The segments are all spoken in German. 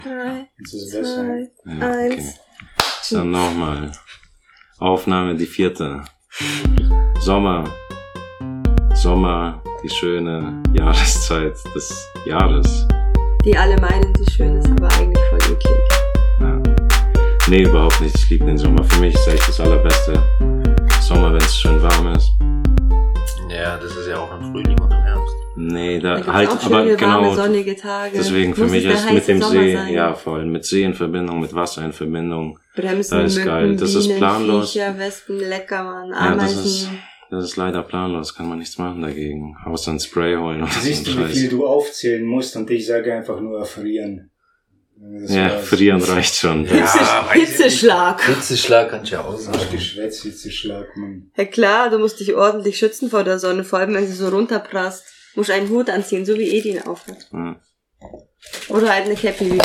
3, Jetzt ist es besser. 2, 1. Dann nochmal. Aufnahme die 4. Sommer, die schöne Jahreszeit des Jahres. Die alle meinen, die schön ist, aber eigentlich voll eklig. Ja. Nee, überhaupt nicht. Ich liebe den Sommer. Für mich ist echt das allerbeste. Sommer, wenn es schön warm ist. Ja, das ist ja auch im Frühling und im Herbst. Nee, da Da halt, auch aber schöne, genau. warme, sonnige Tage. Deswegen für Muss mich es der ist mit heiße dem Sommer See, sein. ja voll, mit See in Verbindung, mit Wasser in Verbindung. Bremsen, Da ist Mücken, geil. Das ist Bienen, planlos. Viecher, Wespen, lecker, Mann, Ja, Ameisen. das ist leider planlos, kann man nichts machen dagegen. Außer ein Spray holen oder so Siehst ein du, wie Scheiß. viel du aufzählen musst und ich sage einfach nur erfrieren. Das Ja, war's. frieren reicht schon. Hitzeschlag. Hitzeschlag kann ich ja auch sagen. Geschwätz, Hitzeschlag, Mann. Ja klar, du musst dich ordentlich schützen vor der Sonne, vor allem wenn sie so runterprasst. Musst einen Hut anziehen, so wie Edin aufhat. Ja. Oder halt eine Cappy wie du.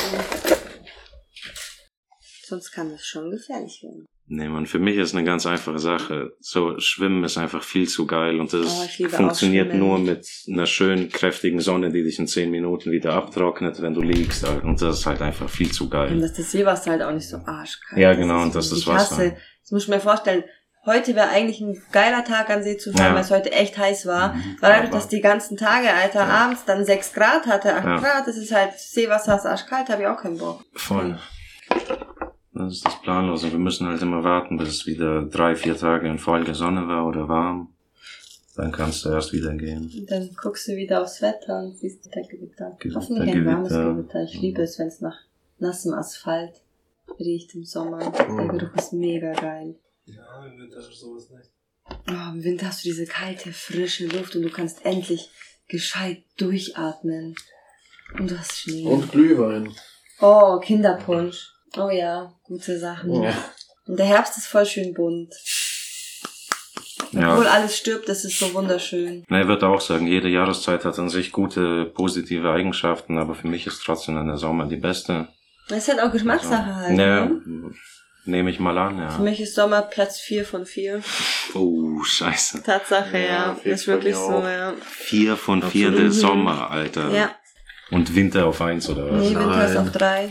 Sonst kann das schon gefährlich werden. Nee, man, für mich ist eine ganz einfache Sache. So, Schwimmen ist einfach viel zu geil und das Ich liebe funktioniert auch Schwimmen. nur mit einer schönen, kräftigen Sonne, die dich in 10 Minuten wieder abtrocknet, wenn du liegst. Und das ist halt einfach viel zu Und geil. dass das Seewasser halt auch nicht so arschkalt Ja, ist. genau, und dass das ich Wasser- hasse, das muss ich mir vorstellen, heute wäre eigentlich ein geiler Tag an See zu fahren, Ja. weil es heute echt heiß war. Weil dadurch, dass die ganzen Tage, Alter, abends dann 6 Grad hatte, 8 Ja. Grad, das ist halt, Seewasser ist arschkalt, habe ich auch keinen Bock. Voll. Das ist das Planlose. Wir müssen halt immer warten, bis es wieder 3-4 Tage in Folge Sonne war oder warm. Dann kannst du erst wieder gehen. Und dann guckst du wieder aufs Wetter und siehst der Gewitter. Gewitter, Hoffentlich ein warmes Gewitter. Gewitter. Ich liebe es, wenn es nach nassem Asphalt riecht im Sommer. Der Geruch ist mega geil. Ja, im Winter ist sowas nicht. Oh, im Winter hast du diese kalte, frische Luft und du kannst endlich gescheit durchatmen. Und du hast Schnee. Und Glühwein. Oh, Kinderpunsch. Oh ja, gute Sachen. Ja. Und der Herbst ist voll schön bunt. Ja. Obwohl alles stirbt, das ist so wunderschön. Na, ich würde auch sagen, jede Jahreszeit hat an sich gute, positive Eigenschaften, aber für mich ist trotzdem dann der Sommer die beste. Das ist halt auch Geschmackssache halt. Ja, Ne? nehme ich mal an, Für ja. mich ist Sommer Platz 4 von 4. Oh, scheiße. Tatsache, Ja, ja. viel Ist wirklich von so, mir ja. 4 von 4 der Sommer, Alter. Ja. Und Winter auf 1 oder was? Nee, Winter ist Nein. auf 3.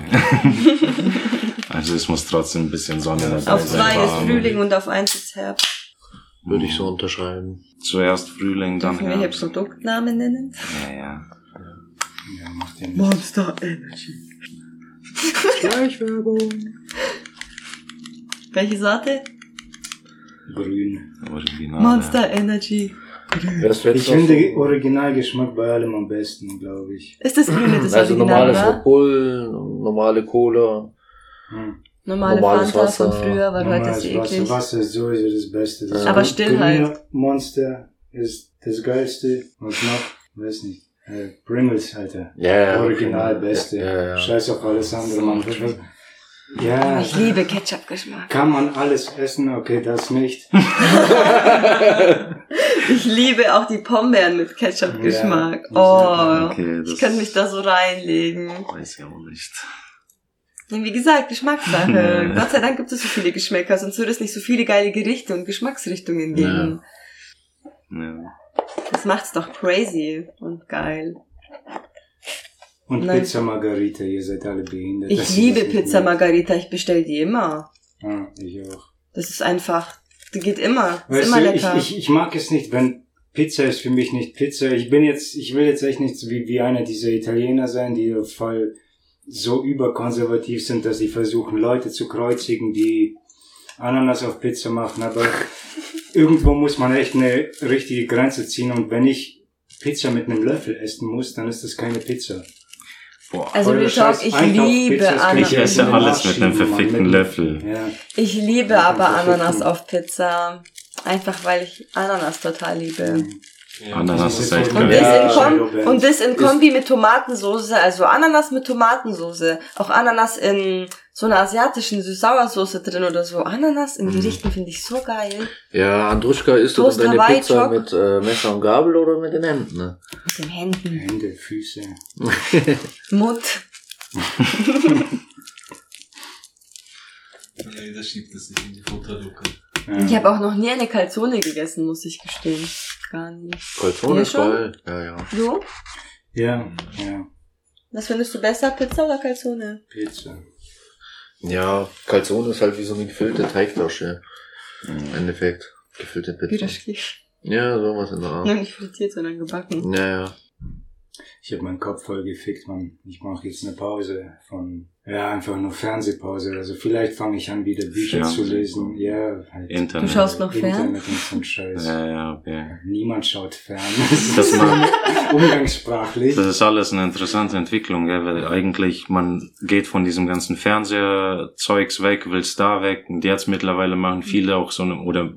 Also es muss trotzdem ein bisschen Sonne dabei Auf sein. 2 ist warm. Frühling und auf 1 ist Herbst. Würde ich so unterschreiben. Zuerst Frühling, dann Dürfen wir hier Herbst. Produktnamen nennen? Ja, ja. Ja, macht ja nicht. Monster Energy. Schleichwerbung. Welche Sorte? Grün. Original. Monster Energy. Das wird Ich finde Originalgeschmack bei allem am besten, glaube ich. Ist das grüne das also Original, normales oder? Red Bull, normale Cola. Hm. Normale normales Fanta Wasser. von früher, weil heute ist Normales Wasser, eklig. Wasser ist sowieso das Beste. Das Aber grüne still halt. Monster ist das Geilste. Was noch? Weiß nicht. Pringles, Alter. Ja, Original okay. Beste. Ja. Scheiß auf alles andere, Mann. Ja, Ich liebe Ketchup-Geschmack. kann man alles essen? Okay, das nicht. Ich liebe auch die Pombeeren mit Ketchup-Geschmack. Ja, Oh, Okay, das ich könnte mich da so reinlegen. weiß ich auch nicht. Und wie gesagt, Geschmackssache. Gott sei Dank gibt es so viele Geschmäcker, sonst würde es nicht so viele geile Gerichte und Geschmacksrichtungen geben. Ja. Das macht's doch crazy und geil. Und Nein. Pizza Margarita, ihr seid alle behindert. Ich Das ist liebe nicht Pizza gut. Margarita, ich bestell die immer. Ja, ich auch. Das ist einfach, die geht immer. Ist Weißt immer du, lecker. ich mag es nicht, wenn Pizza ist für mich nicht Pizza. Ich will jetzt echt nicht so wie einer dieser Italiener sein, die voll so überkonservativ sind, dass sie versuchen, Leute zu kreuzigen, die Ananas auf Pizza machen. Aber irgendwo muss man echt eine richtige Grenze ziehen. Und wenn ich Pizza mit einem Löffel essen muss, dann ist das keine Pizza. Boah. Also Eure Real Talk, scheiß ich Einkaufspizza liebe ist Ich Ananas. esse Mit alles mit einem Nachschieben, verfickten Mann. Löffel. Ja. Ich liebe Ja, aber perfekt. Ananas auf Pizza. Einfach weil ich Ananas total liebe. Ananas ist echt Und, geil. das das in Kombi mit Tomatensoße, also Ananas mit Tomatensoße. Auch Ananas in so einer asiatischen Süß-Sauer-Soße drin oder so. Ananas in Gerichten finde ich so geil. Ja, Andruschka, isst du Toast denn deine Hawaii Pizza Choc. mit Messer und Gabel oder mit den Händen? Ne? Mit den Händen. Hände, Füße. Mut. Nee, das schiebt es nicht in die Futterluke. Ja. Ich habe auch noch nie eine Calzone gegessen, muss ich gestehen. Gar nicht. Calzone Ihr ist schon? geil. Ja. Du? Ja, ja. Was findest du besser, Pizza oder Calzone? Pizza. Ja, Calzone ist halt wie so eine gefüllte Teigtasche. Im Endeffekt. Gefüllte Pizza. Widerlich. Ja, sowas in der Art. Nur nicht frittiert, sondern gebacken. Ja. Ich habe meinen Kopf voll gefickt, Mann. Ich mache jetzt eine Pause von, einfach nur Fernsehpause. Also vielleicht fange ich an, wieder Bücher zu lesen. Ja, halt. Internet. Du schaust noch fern? Internet und so ein Scheiß. Ja, okay. Niemand schaut fern. Das man, Umgangssprachlich. das ist alles eine interessante Entwicklung, gell? Weil eigentlich man geht von diesem ganzen Fernseherzeugs weg, will's da weg. Und jetzt mittlerweile machen viele auch so eine, oder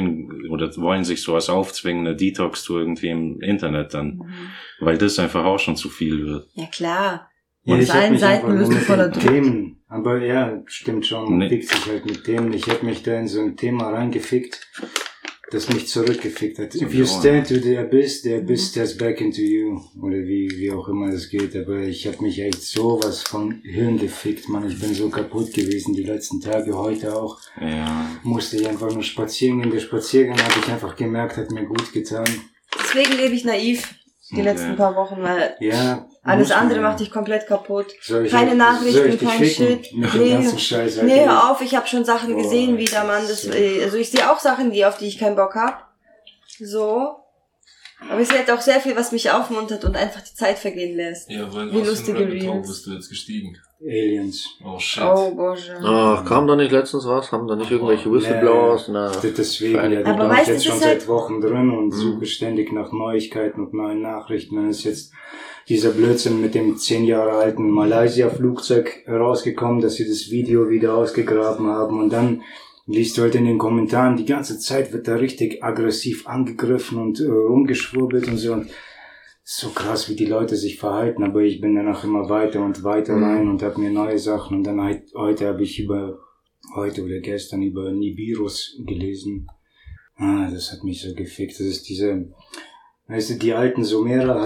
wollen sich sowas aufzwingen, eine Detox-Tour irgendwie im Internet dann. Weil das einfach auch schon zu viel wird. Ja, klar. Ja, Auf ich hab allen mich Seiten einfach wirst du mit voller den Druck. Themen. Aber ja, stimmt schon. Man Nee. fickt sich halt mit Themen. Ich habe mich da in so ein Thema reingefickt, das mich zurückgefickt hat. If you stand to the abyss stares back into you. Oder wie auch immer das geht. Aber ich habe mich echt sowas von Hirn gefickt, Mann. Ich bin so kaputt gewesen die letzten Tage, heute auch. Ja. Musste ich einfach nur spazieren gehen. Der Spaziergang habe ich einfach gemerkt, hat mir gut getan. Deswegen lebe ich naiv die letzten paar Wochen, weil Ja. alles muss man andere ja. macht dich komplett kaputt. Soll ich Keine dich Nachrichten, kein ficken? Shit. Mit dem ganzen Scheiß, Alter. Nee, hör auf, ich habe schon Sachen Boah, gesehen wieder, Mann. Also ich sehe auch Sachen, auf die ich keinen Bock hab. So. Aber ich sehe halt auch sehr viel, was mich aufmuntert und einfach die Zeit vergehen lässt. Ja, weil Wie was lustige für ein Rabbit Hole Reels. bist du jetzt gestiegen? Aliens. Oh shit. Oh, Boże. Ach, kam da nicht letztens was? Haben da nicht irgendwelche Whistleblowers? Na, Deswegen, ja, da Aber bin ich weißt du, jetzt schon es ist halt- seit Wochen drin und suche ständig nach Neuigkeiten und neuen Nachrichten. Dann ist jetzt dieser Blödsinn mit dem 10 Jahre alten Malaysia-Flugzeug rausgekommen, dass sie das Video wieder ausgegraben haben. Und dann liest du halt in den Kommentaren, die ganze Zeit wird da richtig aggressiv angegriffen und rumgeschwurbelt und so. Und so krass, wie die Leute sich verhalten. Aber ich bin danach immer weiter und weiter rein und habe mir neue Sachen. Und dann heute habe ich heute oder gestern über Nibiru's gelesen. Das hat mich so gefickt. Das ist weißt du, die alten Sumerer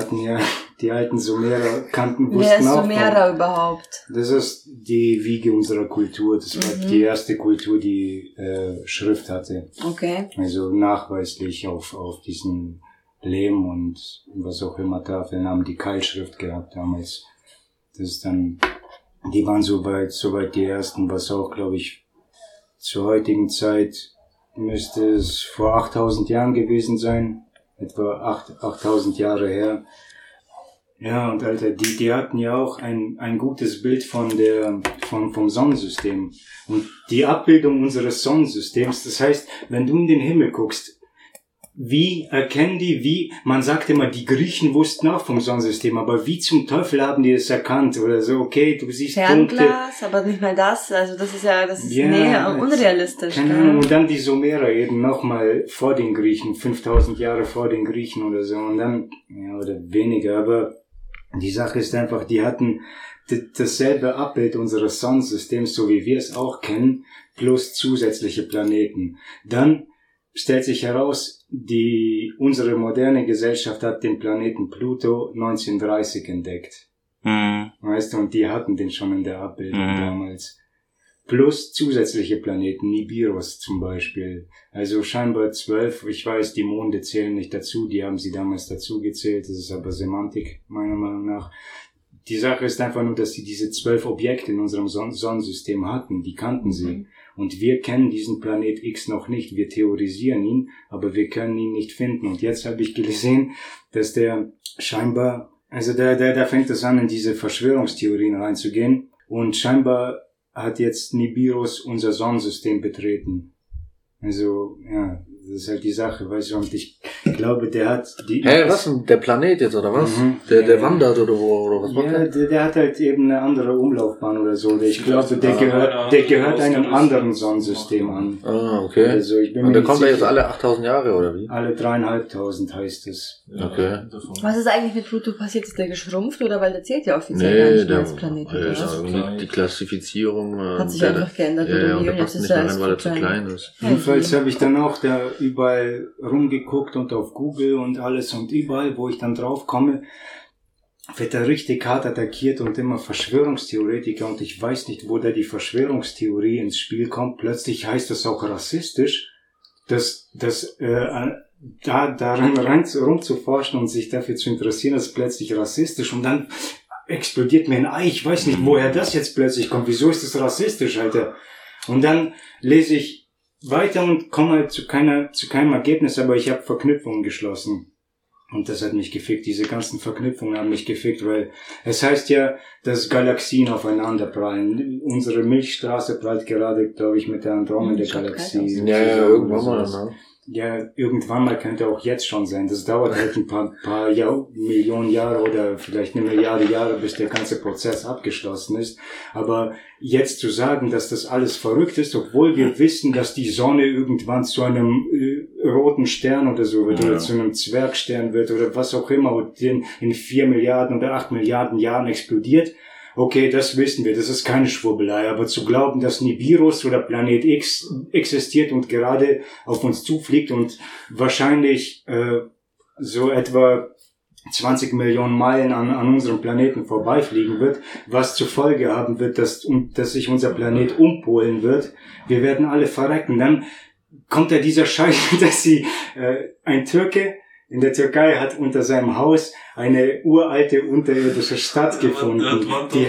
kannten, Wer wussten ist auch. Sumerer überhaupt? Das ist die Wiege unserer Kultur. Das war die erste Kultur, die Schrift hatte. Okay. Also nachweislich auf diesen Lehm und was auch immer Tafeln haben die Keilschrift gehabt damals. Das ist dann, die waren soweit die ersten, was auch, glaube ich, zur heutigen Zeit müsste es vor 8000 Jahren gewesen sein. Etwa 8000 Jahre her. Ja, und Alter, die hatten ja auch ein gutes Bild vom Sonnensystem. Und die Abbildung unseres Sonnensystems, das heißt, wenn du in den Himmel guckst, wie erkennen man sagt immer, die Griechen wussten auch vom Sonnensystem, aber wie zum Teufel haben die es erkannt? Oder so, okay, du siehst Punkte. Fernglas, aber nicht mal das. Also das ist unrealistisch. Keine Ahnung, und dann die Sumerer eben nochmal vor den Griechen, 5000 Jahre vor den Griechen oder so, und dann, ja, oder weniger, aber die Sache ist einfach, die hatten dasselbe Abbild unseres Sonnensystems, so wie wir es auch kennen, plus zusätzliche Planeten. Dann stellt sich heraus, unsere moderne Gesellschaft hat den Planeten Pluto 1930 entdeckt. Weißt du, und die hatten den schon in der Abbildung damals. Plus zusätzliche Planeten, Nibiru's zum Beispiel. Also scheinbar 12, ich weiß, die Monde zählen nicht dazu, die haben sie damals dazu gezählt, das ist aber Semantik, meiner Meinung nach. Die Sache ist einfach nur, dass sie diese 12 Objekte in unserem Sonnensystem hatten, die kannten sie. Und wir kennen diesen Planet X noch nicht, wir theorisieren ihn, aber wir können ihn nicht finden. Und jetzt habe ich gesehen, dass der scheinbar, also da fängt es an, in diese Verschwörungstheorien reinzugehen. Und scheinbar hat jetzt Nibiru's unser Sonnensystem betreten. Also, ja, das ist halt die Sache, weißt du, und ich glaube, der hat die... was denn? Der Planet jetzt, oder was? Der wandert, oder was macht Ja, der hat halt eben eine andere Umlaufbahn oder so. Ich glaube, der gehört einem anderen Sonnensystem an. Ah, okay. Also ich bin Und mir der nicht kommt da jetzt sicher. alle 8000 Jahre, oder wie? Alle 3.500 heißt es. Ja, Okay. davon. Was ist eigentlich mit Pluto passiert? Ist der geschrumpft oder weil der zählt ja offiziell gar nicht mehr als Planet, oder? was? Die Klassifizierung Hat sich einfach geändert, Ja, oder und wie? der Und passt jetzt nicht ist mehr er rein, weil er zu klein. klein ist. Jedenfalls habe ich dann auch da überall rumgeguckt und auf Google und alles und überall, wo ich dann drauf komme, wird er richtig hart attackiert und immer Verschwörungstheoretiker und ich weiß nicht, wo da die Verschwörungstheorie ins Spiel kommt. Plötzlich heißt das auch rassistisch, darin rumzuforschen und sich dafür zu interessieren, ist plötzlich rassistisch und dann explodiert mir ein Ei. Ich weiß nicht, woher das jetzt plötzlich kommt. Wieso ist das rassistisch, Alter? Und dann lese ich weiter und komme halt zu keinem Ergebnis, aber ich habe Verknüpfungen geschlossen. Und das hat mich gefickt. Diese ganzen Verknüpfungen haben mich gefickt, weil es heißt ja, dass Galaxien aufeinander prallen. Unsere Milchstraße prallt gerade, glaube ich, mit der Andromeda-Galaxie. Ja, irgendwann mal, ne? Ja, irgendwann mal könnte auch jetzt schon sein. Das dauert halt ein paar Millionen Jahre oder vielleicht 1 Milliarde Jahre, bis der ganze Prozess abgeschlossen ist. Aber jetzt zu sagen, dass das alles verrückt ist, obwohl wir wissen, dass die Sonne irgendwann zu einem roten Stern oder so wird, oder zu einem Zwergstern wird oder was auch immer und in 4 Milliarden oder 8 Milliarden Jahren explodiert. Okay, das wissen wir, das ist keine Schwurbelei, aber zu glauben, dass Nibiru's oder Planet X existiert und gerade auf uns zufliegt und wahrscheinlich so etwa 20 Millionen Meilen an unserem Planeten vorbeifliegen wird, was zur Folge haben wird, dass sich unser Planet umpolen wird. Wir werden alle verrecken. Dann kommt ja dieser Scheiß, dass ein Türke in der Türkei hat unter seinem Haus eine uralte unterirdische Stadt gefunden.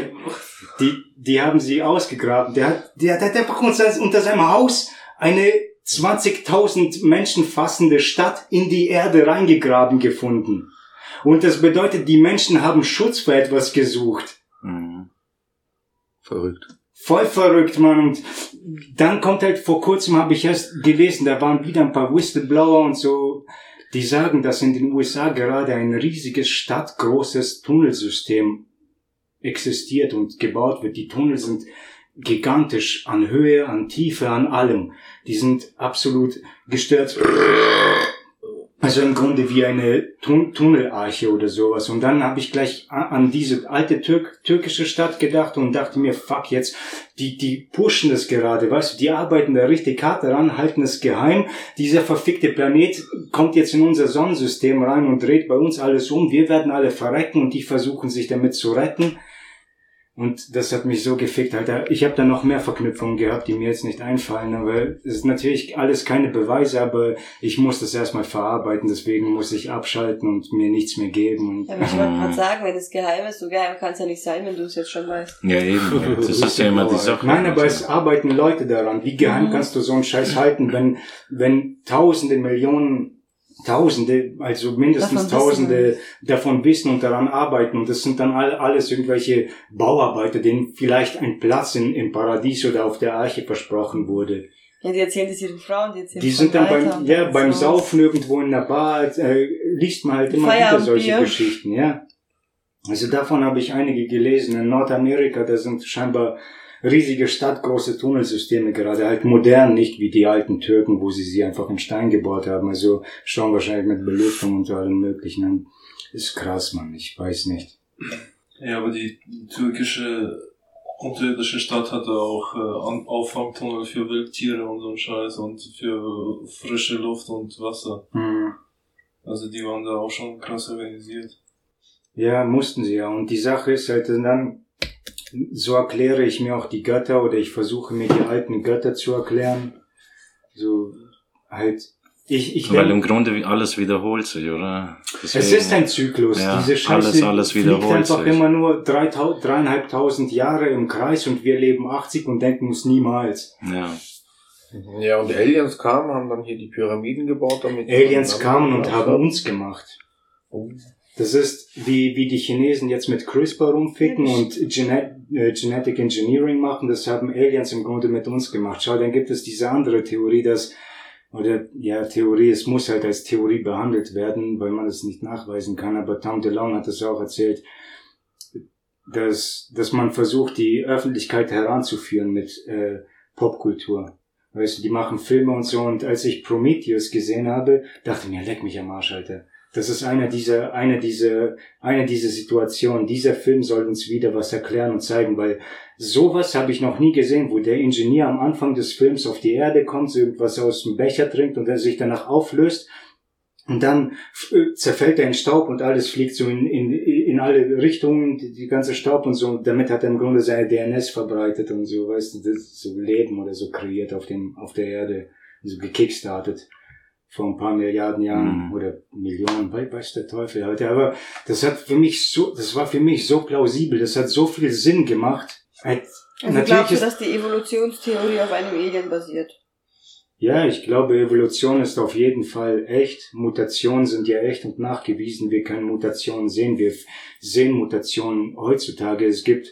Die haben sie ausgegraben. Der hat einfach unter seinem Haus eine 20.000 Menschen fassende Stadt in die Erde reingegraben gefunden. Und das bedeutet, die Menschen haben Schutz für etwas gesucht. Mhm. Verrückt. Voll verrückt, Mann. Und dann kommt halt, vor kurzem habe ich erst gelesen, da waren wieder ein paar Whistleblower und so, die sagen, dass in den USA gerade ein riesiges stadtgroßes Tunnelsystem existiert und gebaut wird. Die Tunnel sind gigantisch an Höhe, an Tiefe, an allem. Die sind absolut gestört. Also im Grunde wie eine Tunnelarche oder sowas. Und dann habe ich gleich an diese alte türkische Stadt gedacht und dachte mir, fuck, jetzt, die pushen das gerade, weißt du, die arbeiten da richtig hart daran, halten es geheim. Dieser verfickte Planet kommt jetzt in unser Sonnensystem rein und dreht bei uns alles um. Wir werden alle verrecken und die versuchen sich damit zu retten. Und das hat mich so gefickt, Alter. Ich habe da noch mehr Verknüpfungen gehabt, die mir jetzt nicht einfallen, aber es ist natürlich alles keine Beweise, aber ich muss das erstmal verarbeiten, deswegen muss ich abschalten und mir nichts mehr geben. Und ja, aber ich wollte gerade sagen, wenn es geheim ist, so geheim kann es ja nicht sein, wenn du es jetzt schon weißt. Ja, eben. Das ist ja immer die Sache. Nein, aber es arbeiten Leute daran. Wie geheim kannst du so einen Scheiß halten, wenn Tausende, Millionen, Tausende, also mindestens Tausende davon wissen und daran arbeiten und das sind dann alles irgendwelche Bauarbeiter, denen vielleicht ein Platz im Paradies oder auf der Arche versprochen wurde. Ja, die erzählen das ihren Frauen, die sind dann beim Saufen irgendwo in der Bar, liest man halt immer wieder solche Geschichten, ja. Also davon habe ich einige gelesen. In Nordamerika, da sind scheinbar riesige stadtgroße Tunnelsysteme gerade, halt modern, nicht wie die alten Türken, wo sie einfach in Stein gebohrt haben, also schon wahrscheinlich mit Belüftung und allem möglichen. Ist krass, Mann, ich weiß nicht. Ja, aber die türkische unterirdische Stadt hatte auch Auffangtunnel für Wildtiere und so ein Scheiß und für frische Luft und Wasser. Mhm. Also die waren da auch schon krass organisiert. Ja, mussten sie ja. Und die Sache ist halt dann, so erkläre ich mir auch die Götter oder ich versuche mir die alten Götter zu erklären. So halt, weil im Grunde alles wiederholt sich, oder? Deswegen, es ist ein Zyklus. Ja, Diese Scheiße alles fliegt wiederholt einfach sich. immer nur 3.500 Jahre im Kreis und wir leben 80 und denken uns niemals. Ja. Ja, und Aliens kamen, haben dann hier die Pyramiden gebaut, damit... Aliens kamen und haben uns gemacht. Oh. Das ist, wie die Chinesen jetzt mit CRISPR rumficken und Genetic Engineering machen, das haben Aliens im Grunde mit uns gemacht. Schau, dann gibt es diese andere Theorie, Theorie, es muss halt als Theorie behandelt werden, weil man es nicht nachweisen kann, aber Tom DeLonge hat das auch erzählt, dass man versucht, die Öffentlichkeit heranzuführen mit Popkultur. Weißt du, die machen Filme und so, und als ich Prometheus gesehen habe, dachte ich mir, leck mich am Arsch, Alter. Das ist eine dieser Situationen. Dieser Film soll uns wieder was erklären und zeigen, weil sowas habe ich noch nie gesehen, wo der Ingenieur am Anfang des Films auf die Erde kommt, so irgendwas aus dem Becher trinkt und er sich danach auflöst und dann zerfällt er in Staub und alles fliegt so in alle Richtungen, die ganze Staub und so. Damit hat er im Grunde seine DNS verbreitet und so, weißt du, das so Leben oder so kreiert auf der Erde, so gekickstartet. vor ein paar Milliarden Jahren oder Millionen, weiß der Teufel heute. Aber das war für mich so plausibel, das hat so viel Sinn gemacht. Also glaubst du, dass die Evolutionstheorie auf einem Alien basiert? Ja, ich glaube, Evolution ist auf jeden Fall echt. Mutationen sind ja echt und nachgewiesen. Wir können Mutationen sehen. Wir sehen Mutationen heutzutage. Es gibt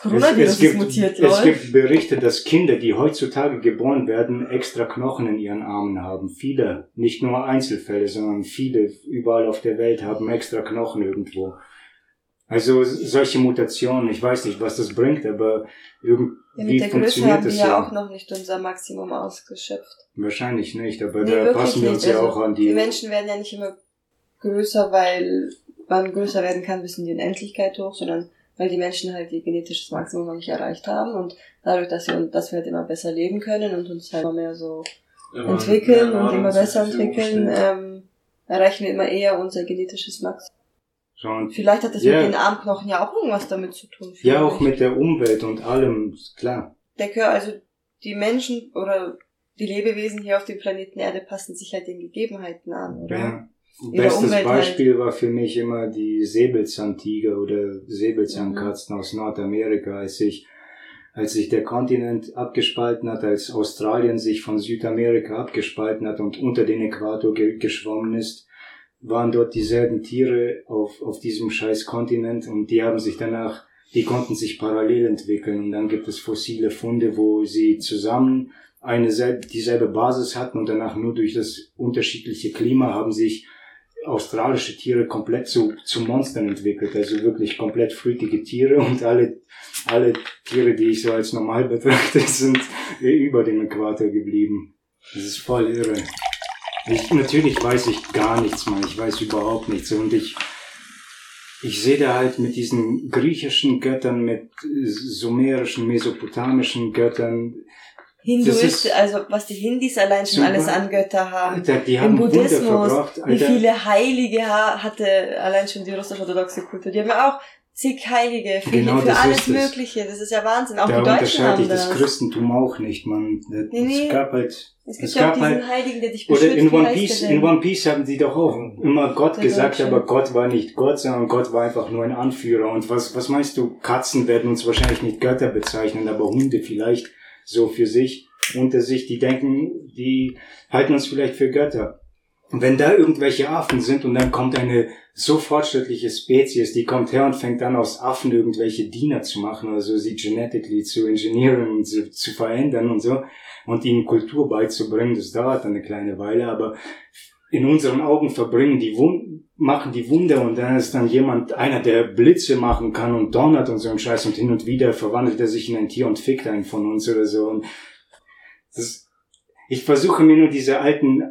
Berichte, dass Kinder, die heutzutage geboren werden, extra Knochen in ihren Armen haben. Viele, nicht nur Einzelfälle, sondern viele überall auf der Welt haben extra Knochen irgendwo. Also solche Mutationen, ich weiß nicht, was das bringt, aber irgendwie funktioniert das ja. Wir haben ja auch noch nicht unser Maximum ausgeschöpft. Wahrscheinlich nicht, aber da passen wir uns ja auch an die... Die Menschen werden ja nicht immer größer, weil man größer werden kann bis in die Unendlichkeit hoch, sondern weil die Menschen halt ihr genetisches Maximum noch nicht erreicht haben und dadurch, dass wir halt immer besser leben können und uns halt immer mehr so entwickeln und immer besser entwickeln, erreichen wir immer eher unser genetisches Maximum. Vielleicht hat das mit den Armknochen ja auch irgendwas damit zu tun. Ja, auch mit der Umwelt und allem, klar. Also die Menschen oder die Lebewesen hier auf dem Planeten Erde passen sich halt den Gegebenheiten an, oder? Ja. Bestes Beispiel war für mich immer die Säbelzahntiger oder Säbelzahnkatzen aus Nordamerika, als sich der Kontinent abgespalten hat, als Australien sich von Südamerika abgespalten hat und unter den Äquator geschwommen ist, waren dort dieselben Tiere auf diesem scheiß Kontinent und die konnten sich parallel entwickeln und dann gibt es fossile Funde, wo sie zusammen dieselbe Basis hatten und danach nur durch das unterschiedliche Klima haben sich australische Tiere komplett zu Monstern entwickelt, also wirklich komplett freakige Tiere und alle Tiere, die ich so als normal betrachte, sind über dem Äquator geblieben. Das ist voll irre. Natürlich weiß ich gar nichts, Mann. Ich weiß überhaupt nichts. Und ich sehe da halt mit diesen griechischen Göttern, mit sumerischen, mesopotamischen Göttern. Also was die Hindis allein schon alles an Götter haben. Alter, die haben im Buddhismus, Wunder verbracht, Alter. Wie viele Heilige hatte allein schon die russisch-orthodoxe Kultur. Die haben ja auch zig Heilige für alles Mögliche. Das ist ja Wahnsinn. Auch da die Deutschen haben das Christentum auch nicht, man. Nee. Es gibt ja auch diesen Heiligen, der dich beschützt. Oder in One Piece haben sie doch auch immer Gott gesagt, aber Gott war nicht Gott, sondern Gott war einfach nur ein Anführer. Und was meinst du? Katzen werden uns wahrscheinlich nicht Götter bezeichnen, aber Hunde vielleicht so für sich, unter sich, die halten uns vielleicht für Götter. Und wenn da irgendwelche Affen sind und dann kommt eine so fortschrittliche Spezies, die kommt her und fängt an aus Affen irgendwelche Diener zu machen, also sie genetically zu ingenieren und zu verändern und so und ihnen Kultur beizubringen, das dauert eine kleine Weile, aber in unseren Augen machen die Wunder und dann ist dann einer, der Blitze machen kann und donnert und so ein Scheiß und hin und wieder verwandelt er sich in ein Tier und fickt einen von uns oder so. Und ich versuche mir nur diese alten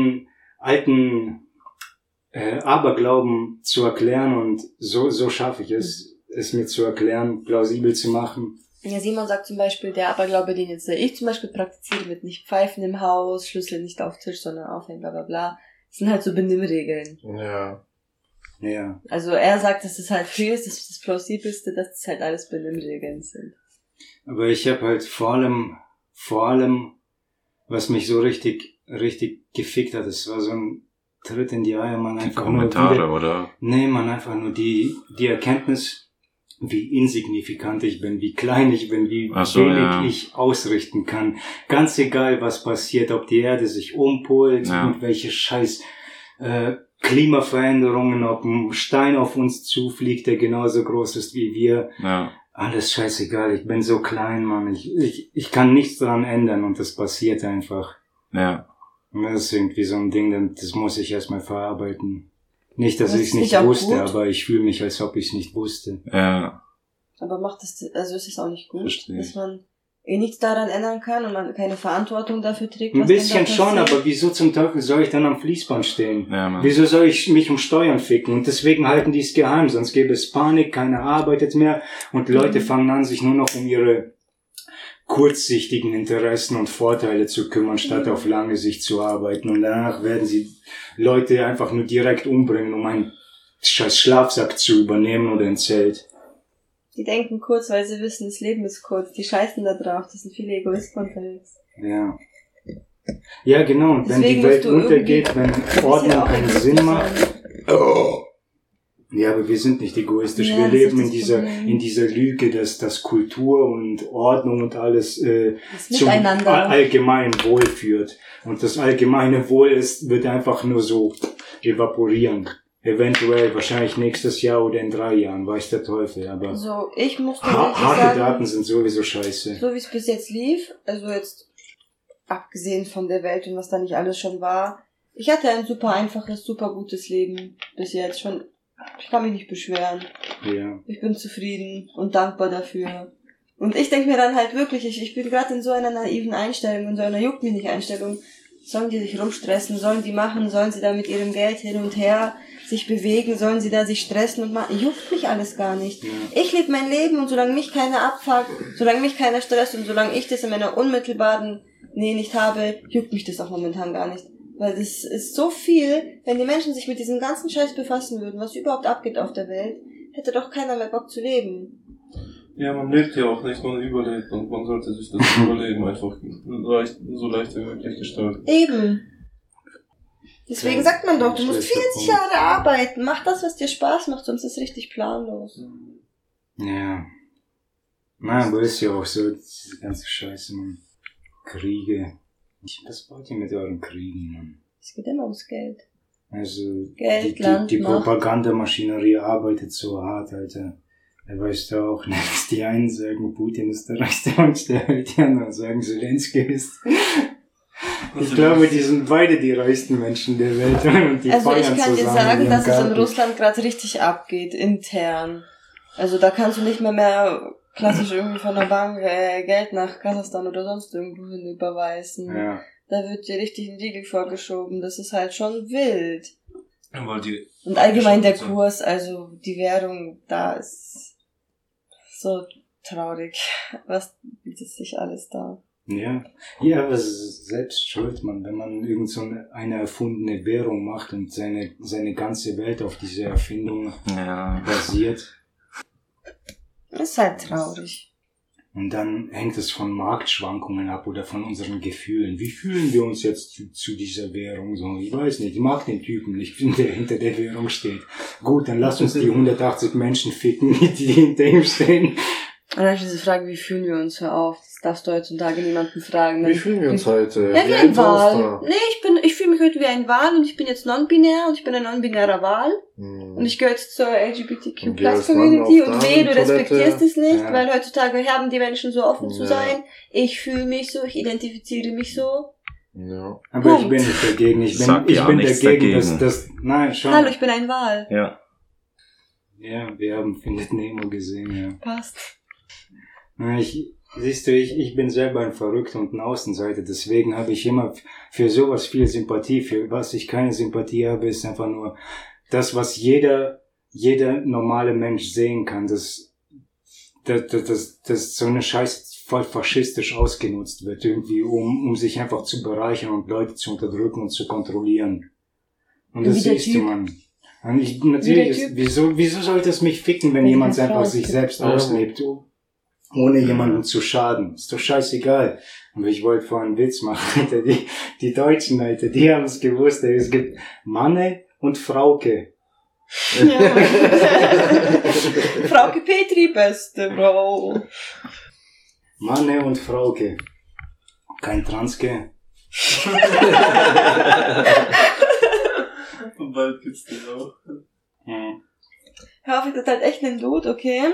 Aberglauben zu erklären und so schaffe ich es mir zu erklären, plausibel zu machen. Ja, Simon sagt zum Beispiel, der Aberglaube, den jetzt ich zum Beispiel praktiziere, mit nicht Pfeifen im Haus, Schlüssel nicht auf Tisch, sondern aufhängen, bla bla bla, das sind halt so Benimmregeln. Ja. Also er sagt, dass es halt viel ist, das ist das Plausibelste, dass es halt alles Benimmregeln sind. Aber ich habe halt vor allem, was mich so richtig gefickt hat, das war so ein Tritt in die Eier, man einfach Kommentare, oder? Nee, man einfach nur die Erkenntnis, wie insignifikant ich bin, wie klein ich bin, wie wenig ich ausrichten kann. Ganz egal, was passiert, ob die Erde sich umpolt, irgendwelche scheiß Klimaveränderungen, ob ein Stein auf uns zufliegt, der genauso groß ist wie wir. Ja. Alles scheißegal, ich bin so klein, Mann. Ich kann nichts daran ändern und das passiert einfach. Ja. Und das ist irgendwie so ein Ding, das muss ich erstmal verarbeiten. Nicht, dass ich es nicht wusste, aber ich fühle mich, als ob ich es nicht wusste. Ja. Aber ist es auch nicht gut, Verstehe. Dass man nichts daran ändern kann und man keine Verantwortung dafür trägt? Ein bisschen schon, aber wieso zum Teufel soll ich dann am Fließband stehen? Ja, Mann. Wieso soll ich mich um Steuern ficken? Und deswegen halten die es geheim, sonst gäbe es Panik, keiner arbeitet mehr und Leute fangen an, sich nur noch um ihre kurzsichtigen Interessen und Vorteile zu kümmern, statt auf lange Sicht zu arbeiten. Und danach werden sie Leute einfach nur direkt umbringen, um einen scheiß Schlafsack zu übernehmen oder ein Zelt. Die denken kurz, weil sie wissen, das Leben ist kurz. Die scheißen da drauf. Das sind viele Egoisten unterwegs. Ja. Ja, genau. Und wenn Deswegen die Welt musst du untergeht, wenn irgendwie Ordnung auch keinen egoistisch Sinn macht. sein. Ja, aber wir sind nicht egoistisch. Ja, Wir das leben ist das Problem. in dieser Lüge, dass Kultur und Ordnung und alles Das zum Miteinander. allgemeinen Wohl führt. Und das allgemeine Wohl wird einfach nur so evaporieren. Eventuell, wahrscheinlich nächstes Jahr oder in 3 Jahren, weiß der Teufel. Aber Also, ich muss tatsächlich harte sagen, Daten sind sowieso scheiße. so wie es bis jetzt lief, also jetzt abgesehen von der Welt und was da nicht alles schon war, ich hatte ein super einfaches, super gutes Leben bis jetzt schon. Ich kann mich nicht beschweren. Ja. Ich bin zufrieden und dankbar dafür. Und ich denke mir dann halt wirklich, ich bin gerade in so einer naiven Einstellung, in so einer juckt mich nicht Einstellung. Sollen die sich rumstressen, sollen die machen, sollen sie da mit ihrem Geld hin und her sich bewegen, sollen sie da sich stressen und machen. Juckt mich alles gar nicht. Ja. Ich lebe mein Leben und solange mich keiner abfuckt, solange mich keiner stresst und solange ich das in meiner unmittelbaren Nähe nicht habe, juckt mich das auch momentan gar nicht. Weil das ist so viel, wenn die Menschen sich mit diesem ganzen Scheiß befassen würden, was überhaupt abgeht auf der Welt, hätte doch keiner mehr Bock zu leben. Ja, man lebt ja auch nicht, man überlebt und man sollte sich das Überleben einfach so leicht wie möglich gestalten. Eben. Deswegen Ja, sagt man doch, du musst schlechter 40 Punkt. Jahre arbeiten, mach das, was dir Spaß macht, sonst ist es richtig planlos. Ja. Na, aber ist ja auch so, diese ganze Scheiße, man. Kriege. Was wollt ihr mit euren Kriegen, Mann? Es geht immer ums Geld. Also, Geld, Land, die Macht. Propagandamaschinerie arbeitet so hart, Alter. Er weiß da auch nicht, dass die einen sagen, Putin ist der reichste Mensch der Welt, die anderen sagen, Zelensky ist. Ich glaube, die sind beide die reichsten Menschen der Welt. Und die Also ich feiern kann dir zusammen sagen, ihren dass es in Garten. Russland gerade richtig abgeht, intern. Also da kannst du nicht mehr klassisch irgendwie von der Bank Geld nach Kasachstan oder sonst irgendwo hin überweisen. Ja. Da wird dir richtig ein Riegel vorgeschoben. Das ist halt schon wild. Weil die Und allgemein der So. Kurs, also die Währung, da ist so traurig. Was bietet sich alles da? Ja. Ja, aber es ist selbst schuld, man, wenn man irgend so eine erfundene Währung macht und seine ganze Welt auf diese Erfindung Ja. basiert. Ist halt traurig. Und dann hängt es von Marktschwankungen ab oder von unseren Gefühlen. Wie fühlen wir uns jetzt zu dieser Währung? So, ich weiß nicht, ich mag den Typen nicht, der hinter der Währung steht. Gut, dann lass uns die 180 Menschen ficken, die hinter ihm stehen. Und dann diese Frage, wie fühlen wir uns? Hör auf, das darfst du heutzutage niemanden fragen. Wie fühlen wir uns heute? Ja, wie ein ein Wal. Toaster. Nee, ich fühle mich heute wie ein Wal und ich bin jetzt non-binär und ich bin ein non-binärer Wal. Hm. Und ich gehöre jetzt zur Und geh als LGBTQ+-Community Mann und auf wehe, du Damentoilette. respektierst es nicht, Ja. weil heutzutage haben die Menschen so offen zu Ja. sein. Ich fühle mich so, ich identifiziere mich so. Ja. Aber ich Punkt. bin nicht dagegen. Ich Sag ja bin nichts dagegen, dagegen. nein, schon. Hallo, ich bin ein Wal. Ja. Ja, wir haben Findet Nemo gesehen, ja. Passt. Na, siehst du, ich bin selber ein Verrückter und ein Außenseiter, deswegen habe ich immer für sowas viel Sympathie. Für was ich keine Sympathie habe, ist einfach nur das, was jeder normale Mensch sehen kann, dass so eine Scheiße voll faschistisch ausgenutzt wird, irgendwie, um sich einfach zu bereichern und Leute zu unterdrücken und zu kontrollieren. Und das Wie der siehst du, Typ. Mann. Und natürlich, Typ. wieso sollte es mich ficken, wenn Wenn jemand die Frau einfach sich gibt. selbst Ja. auslebt, ohne jemandem zu schaden? Ist doch scheißegal. Und ich wollte vorhin einen Witz machen, Alter. Die Deutschen, Alter, die haben es gewusst, ey. Es gibt Manne und Frauke. Ja. Frauke Petri, beste Frau. Manne und Frauke. Kein Transke. Und bald gibt's den auch. Hör auf, ich hatte halt echt einen Dude, okay.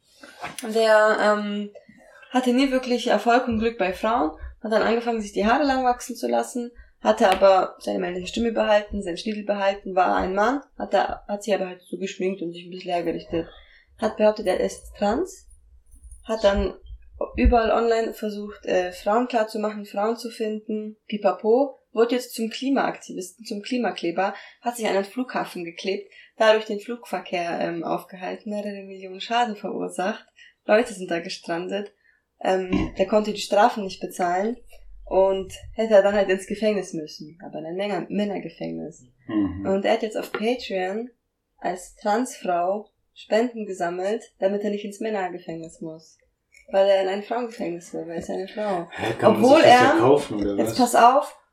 Der hatte nie wirklich Erfolg und Glück bei Frauen, hat dann angefangen, sich die Haare lang wachsen zu lassen, hatte aber seine männliche Stimme behalten, seinen Schniedel behalten, war ein Mann, hat sich aber halt so geschminkt und sich ein bisschen hergerichtet. Hat behauptet, er ist trans, hat dann überall online versucht, Frauen klarzumachen, Frauen zu finden, pipapo, wurde jetzt zum Klimaaktivisten, zum Klimakleber, hat sich an einen Flughafen geklebt, dadurch den Flugverkehr aufgehalten, mehrere Millionen Schaden verursacht, Leute sind da gestrandet, der konnte die Strafen nicht bezahlen und hätte dann halt ins Gefängnis müssen, aber in ein Männergefängnis. Mhm. Und er hat jetzt auf Patreon als Transfrau Spenden gesammelt, damit er nicht ins Männergefängnis muss. Weil er in ein Frauengefängnis will, weil er ist eine Frau. Hä, kann man Obwohl sich das er- verkaufen, oder Jetzt was? pass auf,